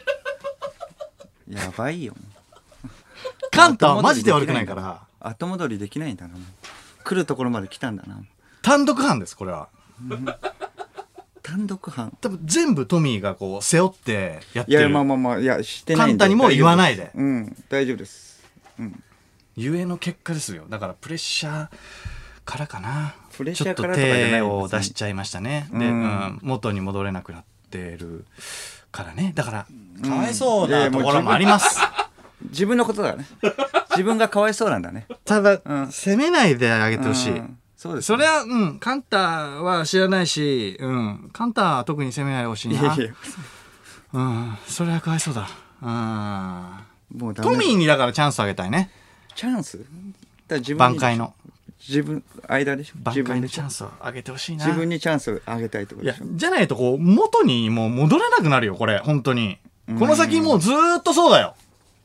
やばいよ。 カンタはマジで悪くないから後戻りできないんだな。もう来るところまで来たんだな。 単独犯ですこれは。 単独犯。 多分全部トミーがこう背負ってやってる。 いやまあいやしてないんで。 カンタにも言わないで。 大丈夫です。 ゆえの結果ですよ。だからプレッシャーからかな。 プレッシャーからとかじゃない。 手を出しちゃいましたね。で、元に戻れなくなってるからね。だからかわいそうなところもあります。 自分のことだね。自分がかわいそうなんだね。 ただ、責めないであげてほしい。 そうです、ね、 それはカンタは知らないし、カンタは特に責めないでほしいな。それはかわいそうだ。もうトミーにだからチャンスあげたいね。 チャンス？ 挽回の。 自分間でしょ。 挽回のチャンスをあげてほしいな。 自分にチャンスをあげたいってことでしょ。 いやじゃないとこう元にもう戻れなくなるよこれ本当に。この先もうずーっとそうだよ。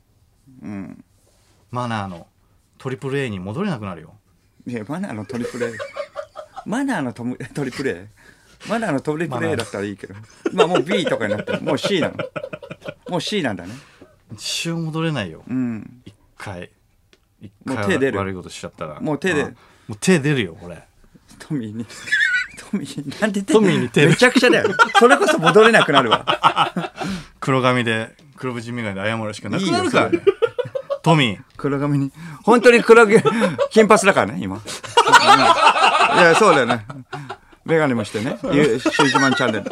マナーのトリプル A に戻れなくなるよ。 いやマナーのトリプル A マナーのトリプル A マナーのトリプル A だったらいいけど、まあもう B とかになってる。もう C なの。もう C なんだね。 一生戻れないよ。一回もう手出る。 悪いことしちゃったらもう手でもう手出るよこれ。 トミーなんでトミーに手めちゃくちゃだよ。それこそ戻れなくなるわ。 黒髪で黒縁眼鏡で謝るしかなくなるからね。トミー黒髪に本当に金髪だからね今。いやそうだよね。眼鏡もしてね。シュージマンチャンネル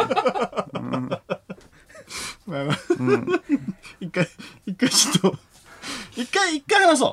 で。 一回ちょっと一回話そう。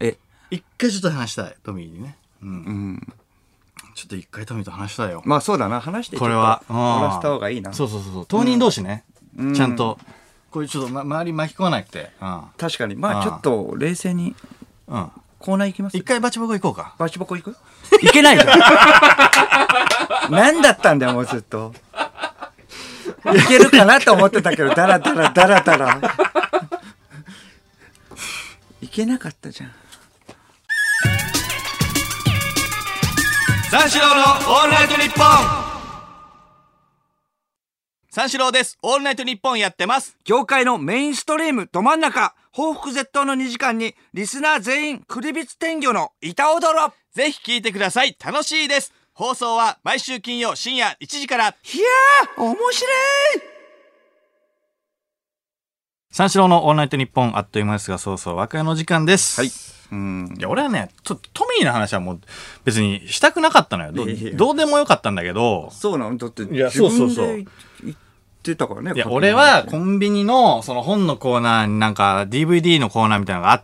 一回ちょっと話したいトミーにね。ちょっと一回トミーと話したいよ。 まあそうだな話してこれは終わらせた方がいいな。 そう当人同士ね。ちゃんとこういうちょっと周り巻き込まなくて。 確かにまあちょっと冷静にコーナー行きます。 一回バチボコ行こうか。 バチボコ行く？行けないじゃん。何だったんだよもうずっと。いけるかなと思ってたけどダラダラいけなかったじゃん。 三四郎のオールナイトニッポン。三四郎です。オールナイトニッポンやってます。 業界のメインストリームど真ん中、報復絶倒の2時間にリスナー全員クリビツ天魚の板踊ろ。 ぜひ聞いてください。楽しいです。放送は毎週金曜深夜1時から。いやー面白い。 三四郎のオールナイトニッポンあっという間ですが、そうそう和解の時間です。 はい。 いや俺はねちょっとトミーの話はもう別にしたくなかったのよ。どうでもよかったんだけど。 そうなの？だっていやそう言ってたからね。 いや俺はコンビニのその本のコーナーになんか DVD のコーナーみたいなのがあって、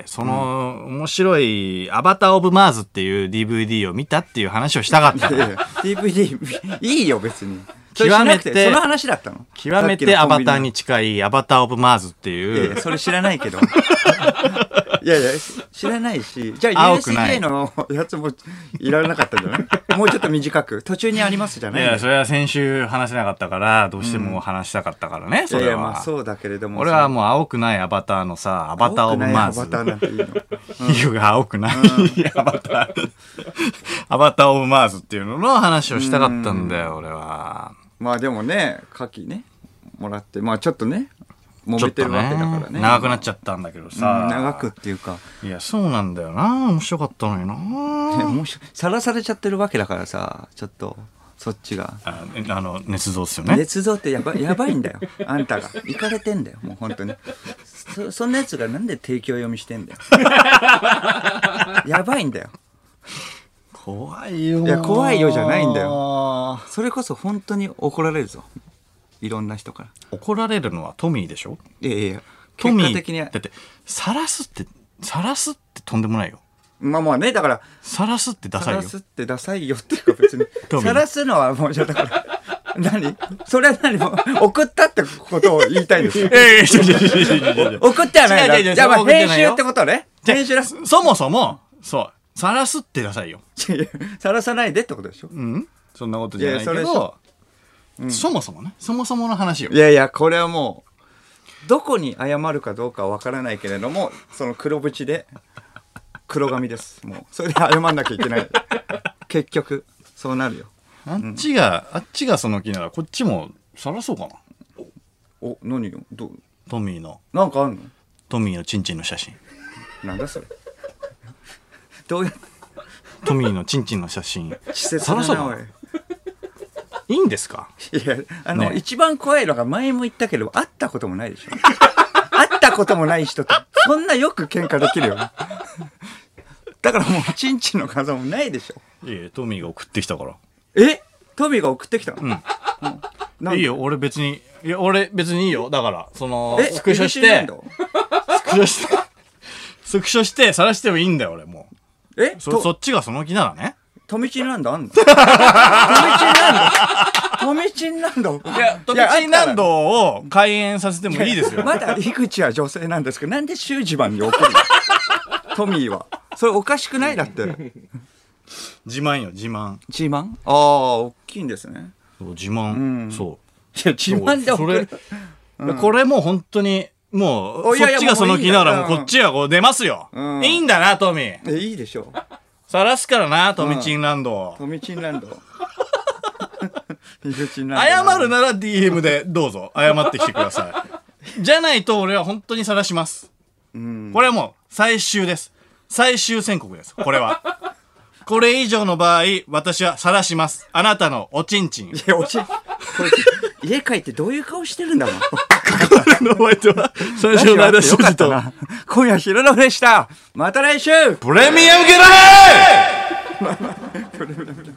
その面白いアバターオブマーズっていう DVD を見たっていう話をしたかったの。 DVD いいよ別に。 極めてその話だったの？ 極めてアバターに近いアバターオブマーズっていう。 いやそれ知らないけど。いや知らないし、じゃあ USJ のやつもいられなかったんじゃない？もうちょっと短く途中にありますじゃない？ いやそれは先週話せなかったからどうしても話したかったからね。それは。 いやまあそうだけれども。 俺はもう青くないアバターのさアバターオブマーズ。 アバターなんていいの？ 皮膚が青くないアバターオブマーズっていうのの話をしたかったんだよ俺は。 まあでもね牡蠣ねもらってまあちょっとね揉めてるわけだからね。 長くなっちゃったんだけどさ、 長くっていうかいやそうなんだよな。面白かったのにな。 さらされちゃってるわけだからさちょっとそっちが捏造っすよね。 捏造ってやばいんだよあんたがいかれてんだよもう本当に。そんなやつがなんで提供読みしてんだよ。やばいんだよ。 怖いよ。 いや怖いよじゃないんだよ。それこそ本当に怒られるぞいろんな人から。 怒られるのはトミーでしょ。 いやトミー結果的にだって晒すってとんでもないよ。 まあねだから晒すってダサいよ。 晒すってダサいよっていうか別に晒すのはもうだから何それは何も送ったってことを言いたいんですよ。送ってはないな。じゃあまあ編集ってことね。編集だ。 そもそも、そう、晒すってくださいよ。 晒さないでってことでしょ。 うん。そんなことじゃないけど、そもそもね、そもそもの話よ。 いやいや、これはもう、どこに謝るかどうかはわからないけれども、その黒縁で、黒髪です。もう、それで謝んなきゃいけない。結局、そうなるよ。 あっちがその気なら、こっちも晒そうかな。 お、何よトミーの。 なんかあんの？ トミーのチンチンの写真。 なんだそれ。どうやってトミーのチンチンの写真。 晒そうか。 いいんですか？ いや、ね、一番怖いのが前も言ったけど、会ったこともないでしょ。会ったこともない人と、そんなよく喧嘩できるよ。だからもう、チンチンの画像もないでしょ。 いやトミーが送ってきたから。 トミーが送ってきたの？ いいよ、俺別にいいよ。だから、スクショして、スクショして晒してもいいんだよ、俺もう。そっちがその気ならね。 トミチンランドあんの？トミチンランドいや、トミチンランドを開園させてもいいですよ。 まだ井口は女性なんですけど、なんでシュージマンに送るの？トミーは。それおかしくない？だって。 自慢よ、自慢。 自慢？ああ、大きいんですね。 自慢。そう。 いや、自慢で送る。 これもう本当に、もう、そっちがその気なら、もうこっちがこう出ますよ。いいんだな、トミー。 いいでしょ。 晒すからな、トミチンランド。 トミチンランド。 謝るなら DM でどうぞ、謝ってきてください。じゃないと俺は本当に晒します。これはもう最終です。最終宣告です。これは。これ以上の場合、私は晒します。あなたのおちんちん。いや、家帰ってどういう顔してるんだろう。 のお相手は、最初の間、 よかったな。今夜昼のフレでした。また来週プレミアムゲラー